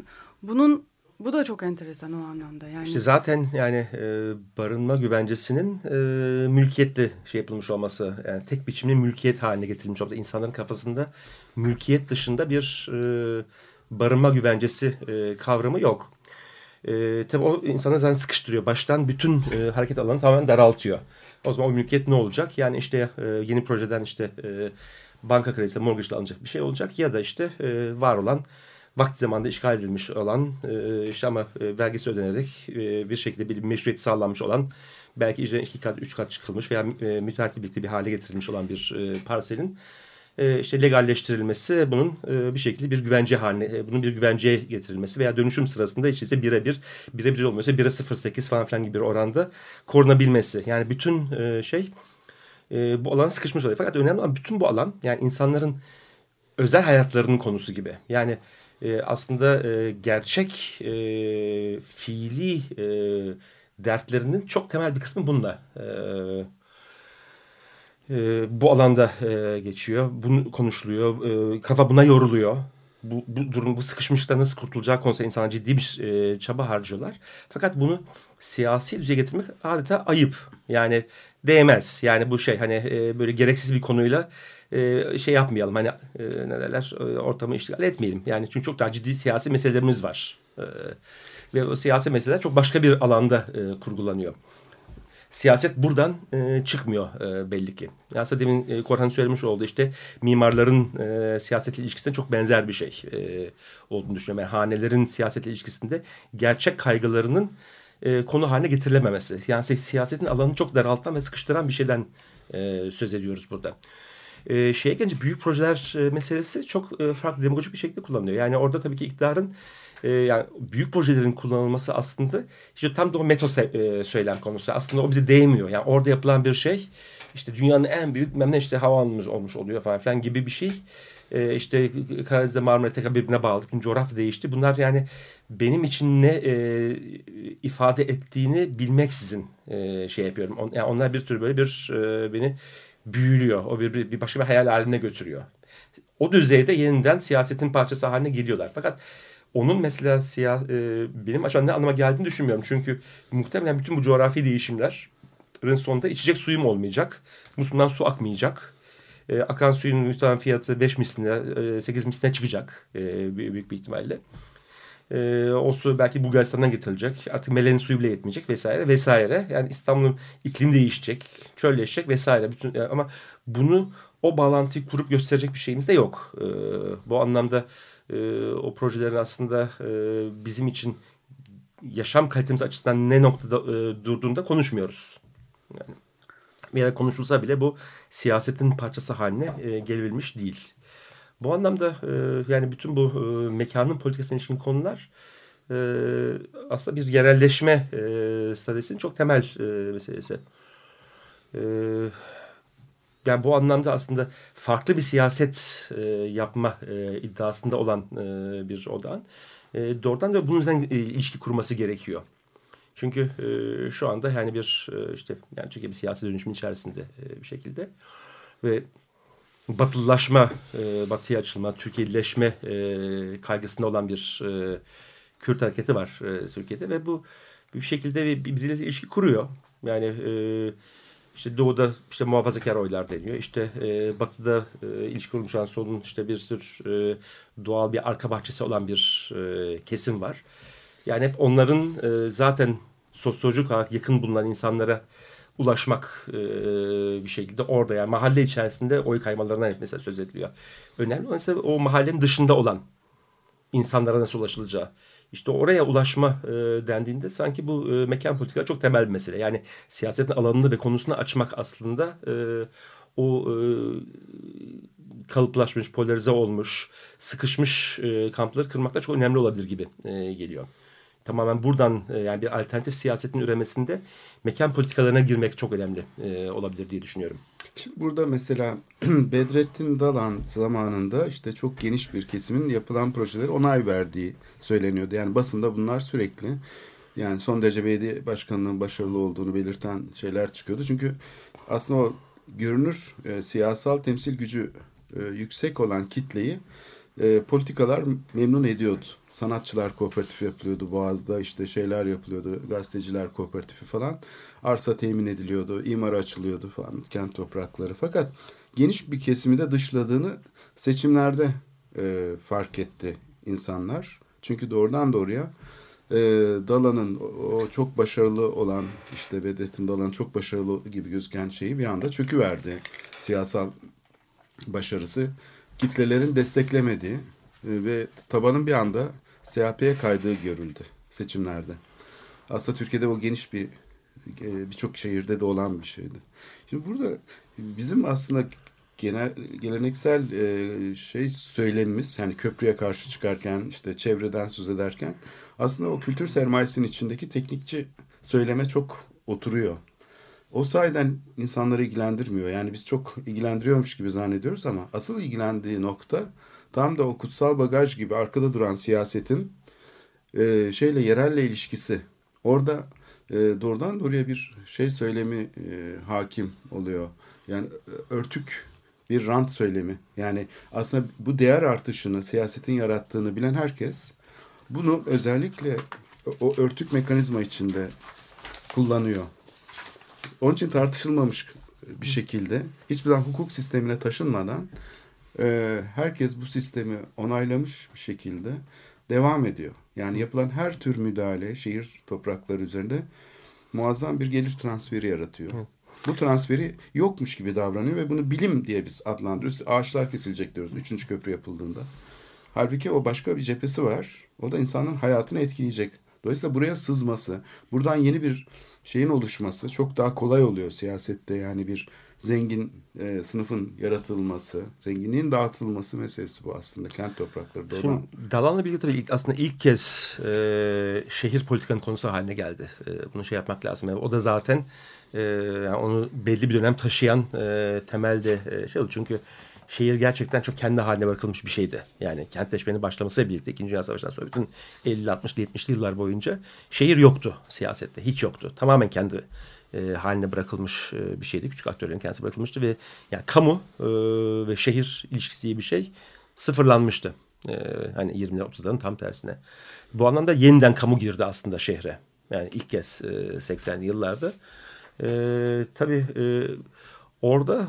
bu da çok enteresan o anlamda. Yani İşte zaten yani barınma güvencesinin mülkiyetle yapılmış olması, yani tek biçimli mülkiyet haline getirilmiş olması, insanların kafasında mülkiyet dışında bir barınma güvencesi kavramı yok. Tabii o insanı zaten sıkıştırıyor. Baştan bütün hareket alanını tamamen daraltıyor. O zaman o mülkiyet ne olacak? Yani işte yeni projeden işte banka kredisi, mortgage ile alınacak bir şey olacak ya da işte var olan vakti zamanında işgal edilmiş olan işte ama vergisi ödenerek bir şekilde bir meşruiyeti sağlanmış olan belki üzerine 2 kat 3 kat çıkılmış veya müteahhitle birlikte bir hale getirilmiş olan bir parselin işte legalleştirilmesi, bunun bir şekilde bir güvence haline, bunun bir güvenceye getirilmesi veya dönüşüm sırasında ise birebir olmuyorsa 1'e 0,8 falan gibi bir oranda korunabilmesi. Yani bütün bu alan sıkışmış oluyor. Fakat önemli olan bütün bu alan yani insanların özel hayatlarının konusu gibi. Yani aslında gerçek fiili dertlerinin çok temel bir kısmı bununla bu alanda geçiyor. Bunu konuşuluyor. Kafa buna yoruluyor. Bu sıkışmışlıktan nasıl kurtulacağı konusunda insanlar ciddi bir çaba harcıyorlar. Fakat bunu siyasi düzeye getirmek adeta ayıp. Yani değmez. Yani bu hani böyle gereksiz bir konuyla yapmayalım. Hani ne derler, ortamı işgal etmeyelim. Yani çünkü çok daha ciddi siyasi meselelerimiz var. Ve o siyasi meseleler çok başka bir alanda kurgulanıyor. Siyaset buradan çıkmıyor belli ki. Aslında demin Korhan söylemiş oldu, işte mimarların siyasetle ilişkisine çok benzer bir şey olduğunu düşünüyorum. Yani hanelerin siyasetle ilişkisinde gerçek kaygılarının konu haline getirilememesi. Yani siyasetin alanını çok daraltan ve sıkıştıran bir şeyden söz ediyoruz burada. Şeye gelince büyük projeler meselesi çok farklı, demagojik bir şekilde kullanılıyor. Yani orada tabii ki iktidarın yani büyük projelerin kullanılması aslında işte tam da o meta söylem konusu. Aslında o bize değmiyor. Yani orada yapılan bir şey işte dünyanın en büyük işte havaalanımız olmuş oluyor falan gibi bir şey. İşte Karadeniz'de Marmara tekrar birbirine bağlı. Coğrafya değişti. Bunlar yani benim için ne ifade ettiğini bilmeksizin yapıyorum. Yani onlar bir tür böyle beni büyülüyor. O bir başka bir hayal haline götürüyor. O düzeyde yeniden siyasetin parçası haline geliyorlar. Fakat onun mesela benim açımdan ne anlama geldiğini düşünmüyorum. Çünkü muhtemelen bütün bu coğrafi değişimlerin sonunda içecek suyum olmayacak. Musluğumdan su akmayacak. Akan suyun muhtemelen fiyatı 5 misline, 8 misline çıkacak büyük bir ihtimalle. O su belki Bulgaristan'dan getirilecek. Artık Mele'nin suyu bile yetmeyecek vesaire vesaire. Yani İstanbul'un iklimi değişecek, çölleşecek vesaire. Ama bunu, o bağlantıyı kurup gösterecek bir şeyimiz de yok. Bu anlamda o projelerin aslında bizim için yaşam kalitemiz açısından ne noktada durduğunda konuşmuyoruz. Yani veya konuşulsa bile bu siyasetin parçası haline gelebilmiş değil. Bu anlamda yani bütün bu mekanın politikasına ilişkin konular aslında bir yerelleşme stratejisinin çok temel meselesi. yani bu anlamda aslında farklı bir siyaset yapma iddiasında olan bir odağın doğrudan da bunun üzerinden ilişki kurması gerekiyor. Çünkü şu anda yani bir işte yani Türkiye bir siyasi dönüşümün içerisinde bir şekilde ve batılılaşma, batıya açılma, Türkiye'lileşme kaygısında olan bir Kürt hareketi var Türkiye'de ve bu bir şekilde birbiriyle ilişki kuruyor. Yani işte doğuda işte muhafazakar oylar deniyor. İşte batıda ilişki kurmuş olan solun işte bir tür doğal bir arka bahçesi olan bir kesim var. Yani hep onların zaten sosyolojik olarak yakın bulunan insanlara ulaşmak bir şekilde orada yani mahalle içerisinde oy kaymalarından hep mesela söz ediliyor. Önemli olan ise o mahallenin dışında olan insanlara nasıl ulaşılacağı. İşte oraya ulaşma dendiğinde sanki bu mekan politikaları çok temel bir mesele. Yani siyasetin alanını ve konusunu açmak aslında o kalıplaşmış, polarize olmuş, sıkışmış kampları kırmakta çok önemli olabilir gibi geliyor. Tamamen buradan yani bir alternatif siyasetin üremesinde mekan politikalarına girmek çok önemli olabilir diye düşünüyorum. Şimdi burada mesela Bedrettin Dalan zamanında işte çok geniş bir kesimin yapılan projeleri onay verdiği söyleniyordu. Yani basında bunlar sürekli yani son derece belediye başkanlığının başarılı olduğunu belirten şeyler çıkıyordu. Çünkü aslında o görünür siyasal temsil gücü yüksek olan kitleyi politikalar memnun ediyordu. Sanatçılar kooperatifi yapılıyordu Boğaz'da, işte şeyler yapılıyordu, gazeteciler kooperatifi falan. Arsa temin ediliyordu, imara açılıyordu falan, kent toprakları. Fakat geniş bir kesimi de dışladığını seçimlerde fark etti insanlar. Çünkü doğrudan doğruya Dalan'ın o çok başarılı olan, işte Bedrettin Dalan'ın çok başarılı gibi gözüken şeyi bir anda çöküverdi. Siyasal başarısı kitlelerin desteklemediği ve tabanın bir anda CHP'ye kaydığı görüldü seçimlerde. Aslında Türkiye'de o geniş birçok şehirde de olan bir şeydi. Şimdi burada bizim aslında geleneksel söylemimiz, yani köprüye karşı çıkarken, işte çevreden söz ederken aslında o kültür sermayesinin içindeki teknikçi söyleme çok oturuyor. O sayeden insanları ilgilendirmiyor. Yani biz çok ilgilendiriyormuş gibi zannediyoruz ama asıl ilgilendiği nokta tam da o kutsal bagaj gibi arkada duran siyasetin yerelle ilişkisi. Orada doğrudan doğruya bir söylemi hakim oluyor. Yani örtük bir rant söylemi. Yani aslında bu değer artışını siyasetin yarattığını bilen herkes bunu özellikle o örtük mekanizma içinde kullanıyor. Onun için tartışılmamış bir şekilde hiçbir zaman hukuk sistemine taşınmadan herkes bu sistemi onaylamış bir şekilde devam ediyor. Yani yapılan her tür müdahale şehir toprakları üzerinde muazzam bir gelir transferi yaratıyor. Bu transferi yokmuş gibi davranıyor ve bunu bilim diye biz adlandırıyoruz. Ağaçlar kesilecek diyoruz 3. köprü yapıldığında. Halbuki o başka bir cephesi var. O da insanın hayatını etkileyecek. Dolayısıyla buraya sızması, buradan yeni bir şeyin oluşması çok daha kolay oluyor siyasette. Yani bir zengin sınıfın yaratılması, zenginliğin dağıtılması meselesi bu aslında kent toprakları. Şimdi Dalan'la birlikte tabii aslında ilk kez şehir politikanın konusu haline geldi. Bunu yapmak lazım. Yani o da zaten yani onu belli bir dönem taşıyan temelde oldu. Çünkü şehir gerçekten çok kendi haline bırakılmış bir şeydi. Yani kentleşmenin başlamasıyla birlikte 2. Dünya Savaşı'ndan sonra bütün 50'li, 60'lı, 70'li yıllar boyunca şehir yoktu siyasette. Hiç yoktu. Tamamen kendi haline bırakılmış bir şeydi. Küçük aktörlerin kendisi bırakılmıştı ve yani kamu ve şehir ilişkisi diye bir şey sıfırlanmıştı. Hani 20'ler 30'ların tam tersine. Bu anlamda yeniden kamu girdi aslında şehre. Yani ilk kez 80'li yıllarda. Tabii orada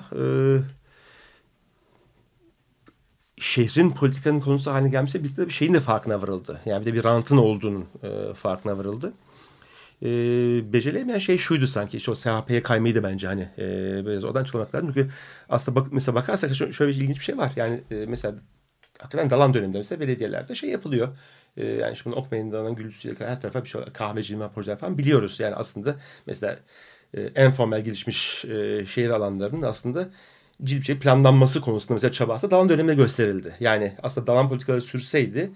şehrin politikanın konusu haline gelmişse birlikte de bir şeyin de farkına varıldı. Yani bir de bir rantın olduğunun farkına varıldı. Becerilemeyen şey şuydu sanki. İşte o CHP'ye kaymayı da bence hani böyle oradan çıkmak lazım. Çünkü aslında mesela bakarsak şöyle bir ilginç bir şey var. Yani mesela hakikaten Dalan döneminde mesela belediyelerde yapılıyor. Yani şimdi Ok Meydanı'ndan Güllüsü'yle her tarafa bir kahvecilme projeler falan biliyoruz. Yani aslında mesela en formel gelişmiş şehir alanlarının aslında ciddi planlanması konusunda mesela çabası Dalan döneminde gösterildi. Yani aslında Dalan politikaları sürseydi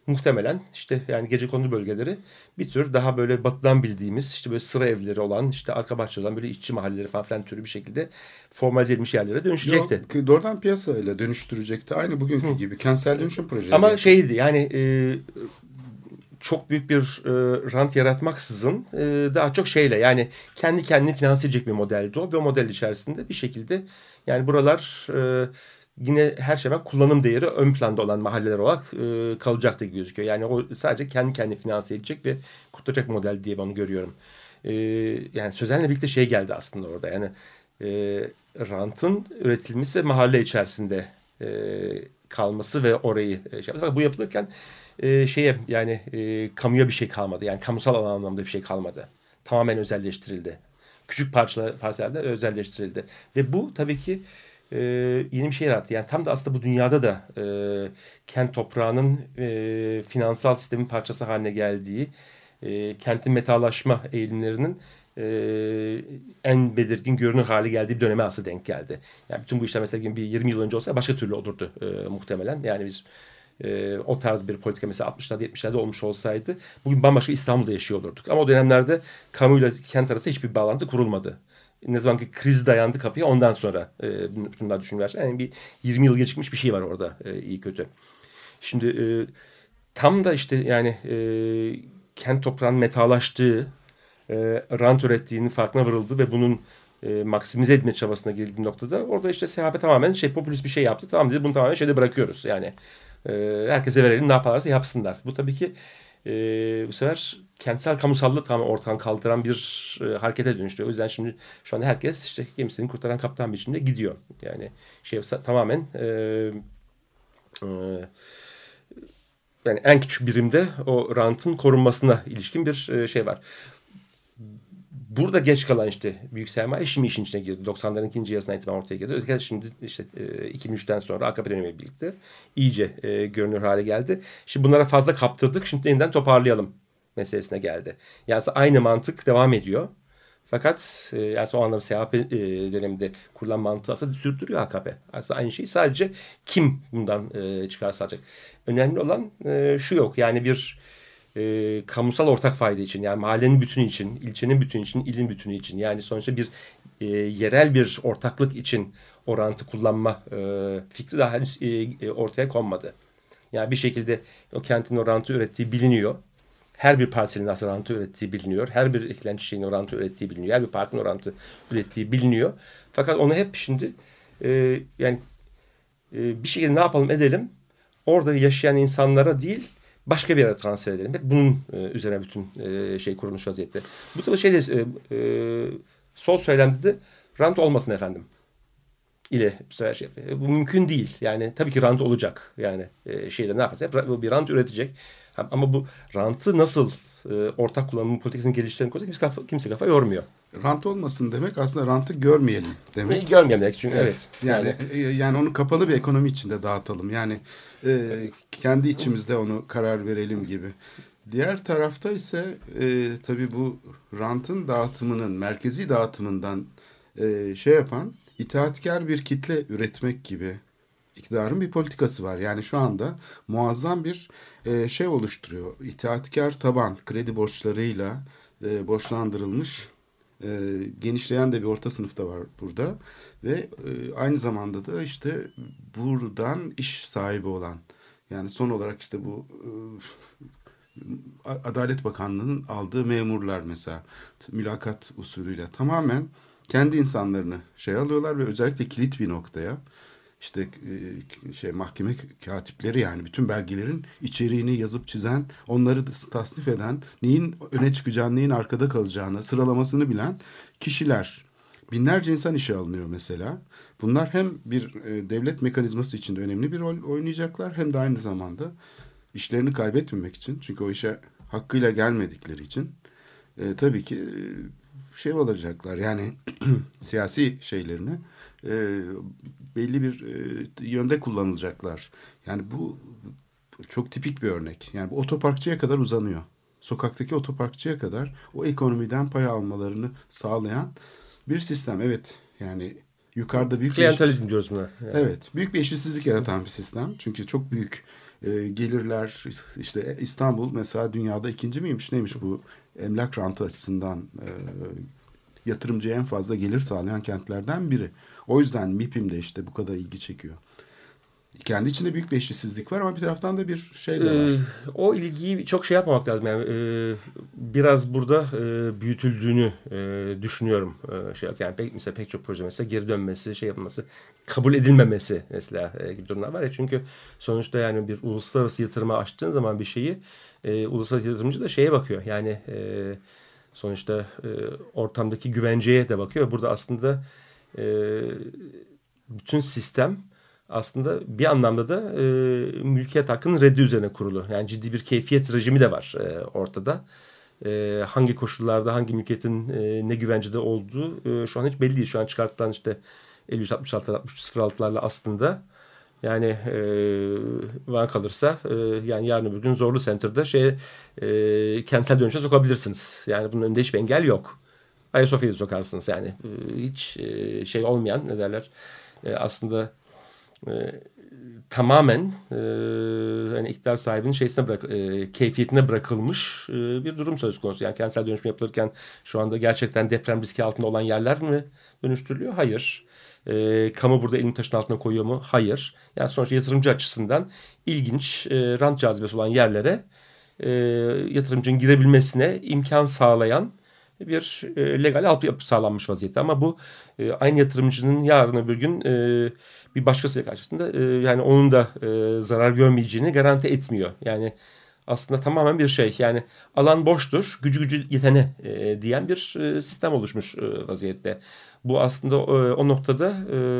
muhtemelen işte yani gecekondu bölgeleri bir tür daha böyle batıdan bildiğimiz işte böyle sıra evleri olan işte arka bahçe olan böyle işçi mahalleleri falan filan türü bir şekilde formalize edilmiş yerlere dönüşecekti. Yok, doğrudan piyasayla dönüştürecekti. Aynı bugünkü gibi. Kentsel dönüşüm projeleri. Ama şeydi yani çok büyük bir rant yaratmaksızın daha çok şeyle yani kendi kendini finanse edecek bir modeldi o. Ve o model içerisinde bir şekilde yani buralar yine her şeyden kullanım değeri ön planda olan mahalleler olarak kalacaktı gibi gözüküyor. Yani o sadece kendi kendini finanse edecek ve kurtaracak model diye ben onu görüyorum. Yani Sözen'le birlikte şey geldi aslında orada yani rantın üretilmesi ve mahalle içerisinde kalması ve orayı şey yapması. Fakat bu yapılırken yani kamuya bir şey kalmadı. Yani kamusal anlamda bir şey kalmadı. Tamamen özelleştirildi. Küçük parsellerde özelleştirildi. Ve bu tabii ki yeni bir şey yarattı. Yani tam da aslında bu dünyada da kent toprağının finansal sistemin parçası haline geldiği kentin metalaşma eğilimlerinin en belirgin görünür hale geldiği bir döneme aslında denk geldi. Yani bütün bu işler mesela bir 20 yıl önce olsa başka türlü olurdu muhtemelen. Yani biz o tarz bir politika mesela 60'larda 70'lerde olmuş olsaydı bugün bambaşka İstanbul'da yaşıyor olurduk. Ama o dönemlerde kamuyla kent arasında hiçbir bağlantı kurulmadı. Ne zaman ki kriz dayandı kapıya ondan sonra bunlar düşünülür. Yani bir 20 yıl geçmiş bir şey var orada iyi kötü. Şimdi tam da işte yani kent toprağının metalaştığı rant ürettiğinin farkına varıldı ve bunun maksimize etme çabasına girildiği noktada orada işte SHP tamamen popülist bir şey yaptı. Tamam dedi bunu tamamen şeyde bırakıyoruz. Yani herkese verelim ne yaparlarsa yapsınlar. Bu tabii ki bu sefer kentsel kamusallığı tamamen ortadan kaldıran bir harekete dönüştü. O yüzden şimdi şu anda herkes işte gemisini kurtaran kaptan biçimde gidiyor. Yani tamamen yani en küçük birimde o rantın korunmasına ilişkin bir şey var. Burada geç kalan işte büyük sermaye şimdi işin içine girdi. 90'ların ikinci yarısına itibaren ortaya girdi. Özellikle şimdi işte 2003'ten sonra AKP dönemiyle birlikte iyice görünür hale geldi. Şimdi bunlara fazla kaptırdık. Şimdi yeniden toparlayalım meselesine geldi. Yani aynı mantık devam ediyor. Fakat yani o anlamda CHP döneminde kurulan mantığı aslında sürdürüyor AKP. Aslında aynı şeyi sadece kim bundan çıkar sağlayacak. Önemli olan şu yok. Yani bir kamusal ortak fayda için yani mahallenin bütünü için, ilçenin bütünü için, ilin bütünü için yani sonuçta bir yerel bir ortaklık için o rantı kullanma fikri daha henüz ortaya konmadı. Yani bir şekilde o kentin o rantı ürettiği biliniyor. Her bir parselin aslında rantı ürettiği biliniyor. Her bir ekilen çiçeğin o rantı ürettiği biliniyor. Her bir partinin o rantı ürettiği biliniyor. Fakat onu hep şimdi yani bir şekilde ne yapalım edelim orada yaşayan insanlara değil başka bir yere transfer edelim. Hep bunun üzerine bütün şey kurulmuş vaziyette. Bu tabii sol söylemde de rant olmasın efendim. İle bu sefer şey. Bu mümkün değil. Yani tabii ki rant olacak. Yani ne yaparsa hep bir rant üretecek. Ama bu rantı nasıl ortak kullanım politikasının geliştiğini konusunda kimse kafa yormuyor. Rant olmasın demek aslında rantı görmeyelim demek. Görmeyelim demek çünkü evet. Yani onu kapalı bir ekonomi içinde dağıtalım. Yani kendi içimizde onu karar verelim gibi. Diğer tarafta ise tabii bu rantın dağıtımının, merkezi dağıtımından yapan itaatkar bir kitle üretmek gibi iktidarın bir politikası var. Yani şu anda muazzam bir oluşturuyor. İtaatkar taban, kredi borçlarıyla borçlandırılmış genişleyen de bir orta sınıfta var burada. Ve aynı zamanda da işte buradan iş sahibi olan yani son olarak işte bu Adalet Bakanlığı'nın aldığı memurlar mesela mülakat usulüyle tamamen kendi insanlarını alıyorlar ve özellikle kilit bir noktaya işte mahkeme katipleri yani bütün belgelerin içeriğini yazıp çizen, onları tasnif eden, neyin öne çıkacağını, neyin arkada kalacağını sıralamasını bilen kişiler. Binlerce insan işe alınıyor mesela. Bunlar hem bir devlet mekanizması içinde önemli bir rol oynayacaklar hem de aynı zamanda işlerini kaybetmemek için çünkü o işe hakkıyla gelmedikleri için tabii ki olacaklar yani siyasi şeylerini belli bir yönde kullanılacaklar. Yani bu çok tipik bir örnek. Yani bu otoparkçıya kadar uzanıyor. Sokaktaki otoparkçıya kadar o ekonomiden pay almalarını sağlayan bir sistem. Evet yani yukarıda büyük klientelizm diyoruz buna. Yani. Evet büyük bir eşitsizlik yaratan bir sistem. Çünkü çok büyük gelirler işte İstanbul mesela dünyada ikinci miymiş neymiş bu emlak rantı açısından yatırımcıya en fazla gelir sağlayan kentlerden biri. O yüzden MİP'im de işte bu kadar ilgi çekiyor. Kendi içinde büyük bir eşitsizlik var ama bir taraftan da bir şey de var. O ilgiyi çok şey yapmamak lazım. Yani biraz burada büyütüldüğünü düşünüyorum. Yani mesela pek çok proje mesela geri dönmesi, şey yapılması, kabul edilmemesi mesela gibi durumlar var ya. Çünkü sonuçta yani bir uluslararası yatırıma açtığın zaman bir şeyi uluslararası yatırımcı da şeye bakıyor. Yani sonuçta ortamdaki güvenceye de bakıyor. Burada aslında bütün sistem aslında bir anlamda da mülkiyet hakkının reddi üzerine kurulu. Yani ciddi bir keyfiyet rejimi de var ortada. Hangi koşullarda hangi mülkiyetin ne güvencede olduğu şu an hiç belli değil. Şu an çıkartılan işte 53-66-63-06'larla aslında yani bana kalırsa yani yarın öbür gün Zorlu Center'da kentsel dönüşe sokabilirsiniz. Yani bunun önünde hiçbir engel yok. Ayasofya'yı sokarsınız yani. Hiç şey olmayan ne derler aslında tamamen hani iktidar sahibinin keyfiyetine bırakılmış bir durum söz konusu. Yani kentsel dönüşüm yapılırken şu anda gerçekten deprem riski altında olan yerler mi dönüştürülüyor? Hayır. Kamu burada elini taşın altına koyuyor mu? Hayır. Yani sonuçta yatırımcı açısından ilginç rant cazibesi olan yerlere yatırımcının girebilmesine imkan sağlayan bir legal altyapı sağlanmış vaziyette. Ama bu aynı yatırımcının yarın öbür gün bir başkasıyla karşısında yani onun da zarar görmeyeceğini garanti etmiyor. Yani aslında tamamen bir şey. Yani alan boştur, gücü yetene diyen bir sistem oluşmuş vaziyette. Bu aslında o noktada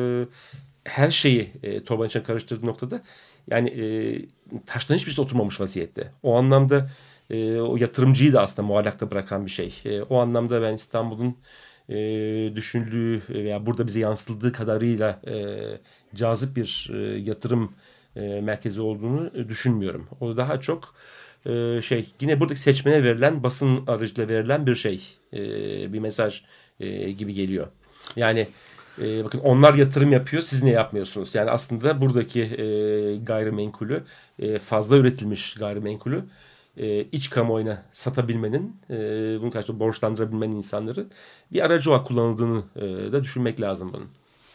her şeyi torbanın içine karıştırdığı noktada yani taştan hiçbir şey oturmamış vaziyette. O anlamda o yatırımcıyı da aslında muallakta bırakan bir şey. O anlamda ben İstanbul'un düşünüldüğü veya burada bize yansıtıldığı kadarıyla cazip bir yatırım merkezi olduğunu düşünmüyorum. O daha çok yine buradaki seçmene verilen, basın aracılığıyla verilen bir bir mesaj gibi geliyor. Yani bakın onlar yatırım yapıyor, siz ne yapmıyorsunuz? Yani aslında buradaki gayrimenkulü, fazla üretilmiş gayrimenkulü iç kamuoyuna satabilmenin, bunun karşılığında borçlandırabilmenin insanları bir aracı olarak kullanıldığını da düşünmek lazım bunun.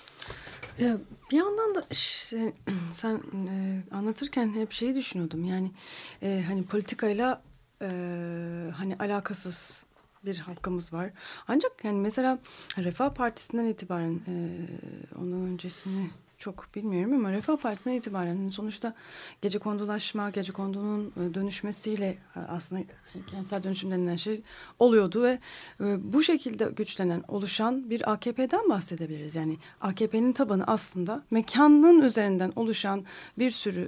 Bir yandan da sen anlatırken hep şeyi düşünüyordum. Yani hani politikayla hani alakasız bir halkımız var. Ancak yani mesela Refah Partisi'nden itibaren ondan öncesini çok bilmiyorum ama Refah Partisi'nden itibaren sonuçta gecekondulaşma, gecekondunun dönüşmesiyle aslında kentsel dönüşüm denilen şey oluyordu ve bu şekilde güçlenen, oluşan bir AKP'den bahsedebiliriz. Yani AKP'nin tabanı aslında mekanın üzerinden oluşan bir sürü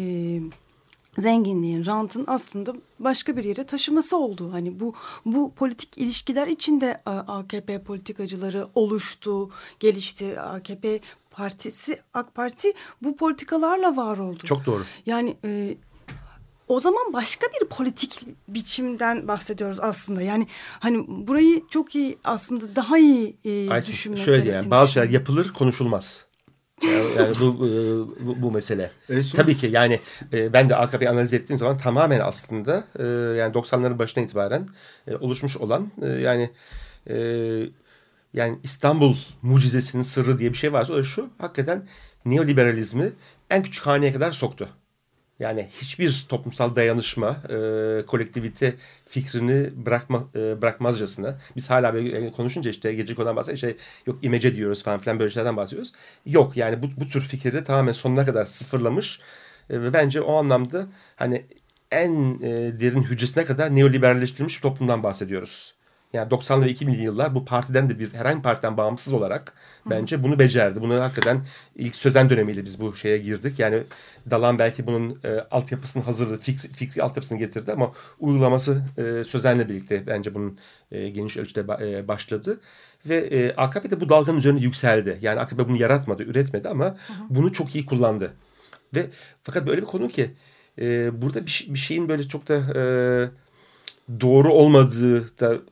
zenginliğin, rantın aslında başka bir yere taşıması oldu. Hani bu politik ilişkiler içinde AKP politikacıları oluştu, gelişti. AKP partisi, AK Parti bu politikalarla var oldu. Çok doğru. Yani o zaman başka bir politik biçimden bahsediyoruz aslında. Yani hani burayı çok iyi aslında daha iyi düşünmek gerektiğini yani bazı şeyler yapılır, konuşulmaz. Yani bu mesele. Tabii ki yani ben de AKP'yi analiz ettiğim zaman tamamen aslında yani 90'ların başına itibaren oluşmuş olan yani İstanbul mucizesinin sırrı diye bir şey varsa o da şu: hakikaten neoliberalizmi en küçük haneye kadar soktu. Yani hiçbir toplumsal dayanışma, kolektivite fikrini bırakmazcasına. Biz hala böyle konuşunca işte Gecekondu'dan bahsediyoruz. Yok imece diyoruz falan filan böyle şeylerden bahsediyoruz. Yok yani bu tür fikirleri tamamen sonuna kadar sıfırlamış. Ve bence o anlamda hani en derin hücresine kadar neoliberalleştirilmiş bir toplumdan bahsediyoruz. Yani 90'lı ve 2000'li yıllar bu partiden de herhangi bir partiden bağımsız olarak bence bunu becerdi. Bunu hakikaten ilk Sözen dönemiyle biz bu şeye girdik. Yani Dalan belki bunun altyapısını hazırladı, fikri altyapısını getirdi ama uygulaması Sözen'le birlikte bence bunun geniş ölçüde başladı. Ve AKP de bu dalganın üzerine yükseldi. Yani AKP bunu yaratmadı, üretmedi ama bunu çok iyi kullandı. Ve fakat böyle bir konu ki burada bir şeyin böyle çok da doğru olmadığı da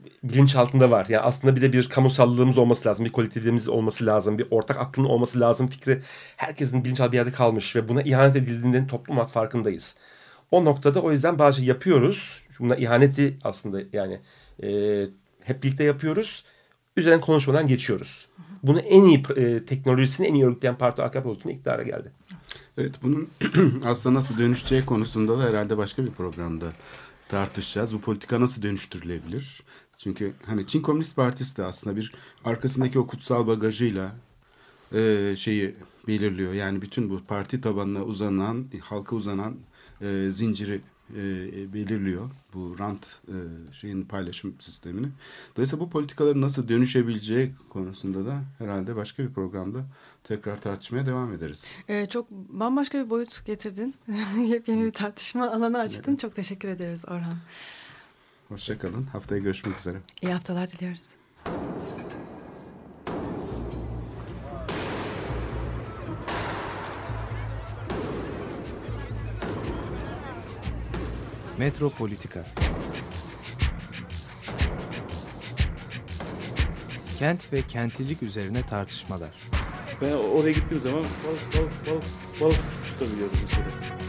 bilinç altında var. Yani aslında bir de bir kamusallığımız olması lazım. Bir kolektifimiz olması lazım. Bir ortak aklın olması lazım fikri herkesin bilinçaltı bir yerde kalmış ve buna ihanet edildiğinden toplum olarak farkındayız. O noktada o yüzden bazı şey yapıyoruz. Buna ihaneti aslında yani hep birlikte yapıyoruz. Üzerine konuşmadan geçiyoruz. Bunu en iyi teknolojisini en iyi örgütleyen parti AKP olduğunu iktidara geldi. Evet, bunun aslında nasıl dönüşeceği konusunda da herhalde başka bir programda tartışacağız. Bu politika nasıl dönüştürülebilir? Çünkü hani Çin Komünist Partisi de aslında bir arkasındaki o kutsal bagajıyla şeyi belirliyor. Yani bütün bu parti tabanına uzanan, halka uzanan zinciri belirliyor. Bu rant şeyin paylaşım sistemini. Dolayısıyla bu politikaların nasıl dönüşebileceği konusunda da herhalde başka bir programda tekrar tartışmaya devam ederiz. Çok bambaşka bir boyut getirdin. Yepyeni bir tartışma alanı açtın. Evet. Çok teşekkür ederiz Orhan. Hoşça kalın. Haftaya görüşmek üzere. İyi haftalar diliyoruz. Metropolitika. Kent ve kentlilik üzerine tartışmalar. Ben oraya gittiğim zaman balık tutabiliyorum mesela.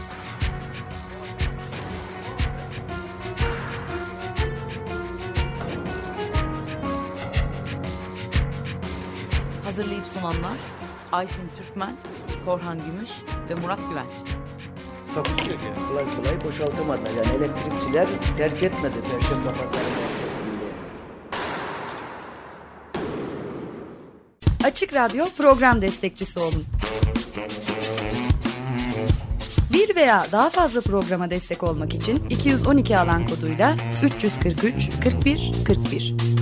Hazırlayıp sunanlar Aysin Türkmen, Korhan Gümüş ve Murat Güvenç. Takusuyor yani. Kolay kolay boşaltamadılar. Yani elektrikçiler terk etmedi Perşembe Pazarı merkezinde. Açık Radyo program destekçisi olun. Bir veya daha fazla programa destek olmak için 212 alan koduyla 343 41 41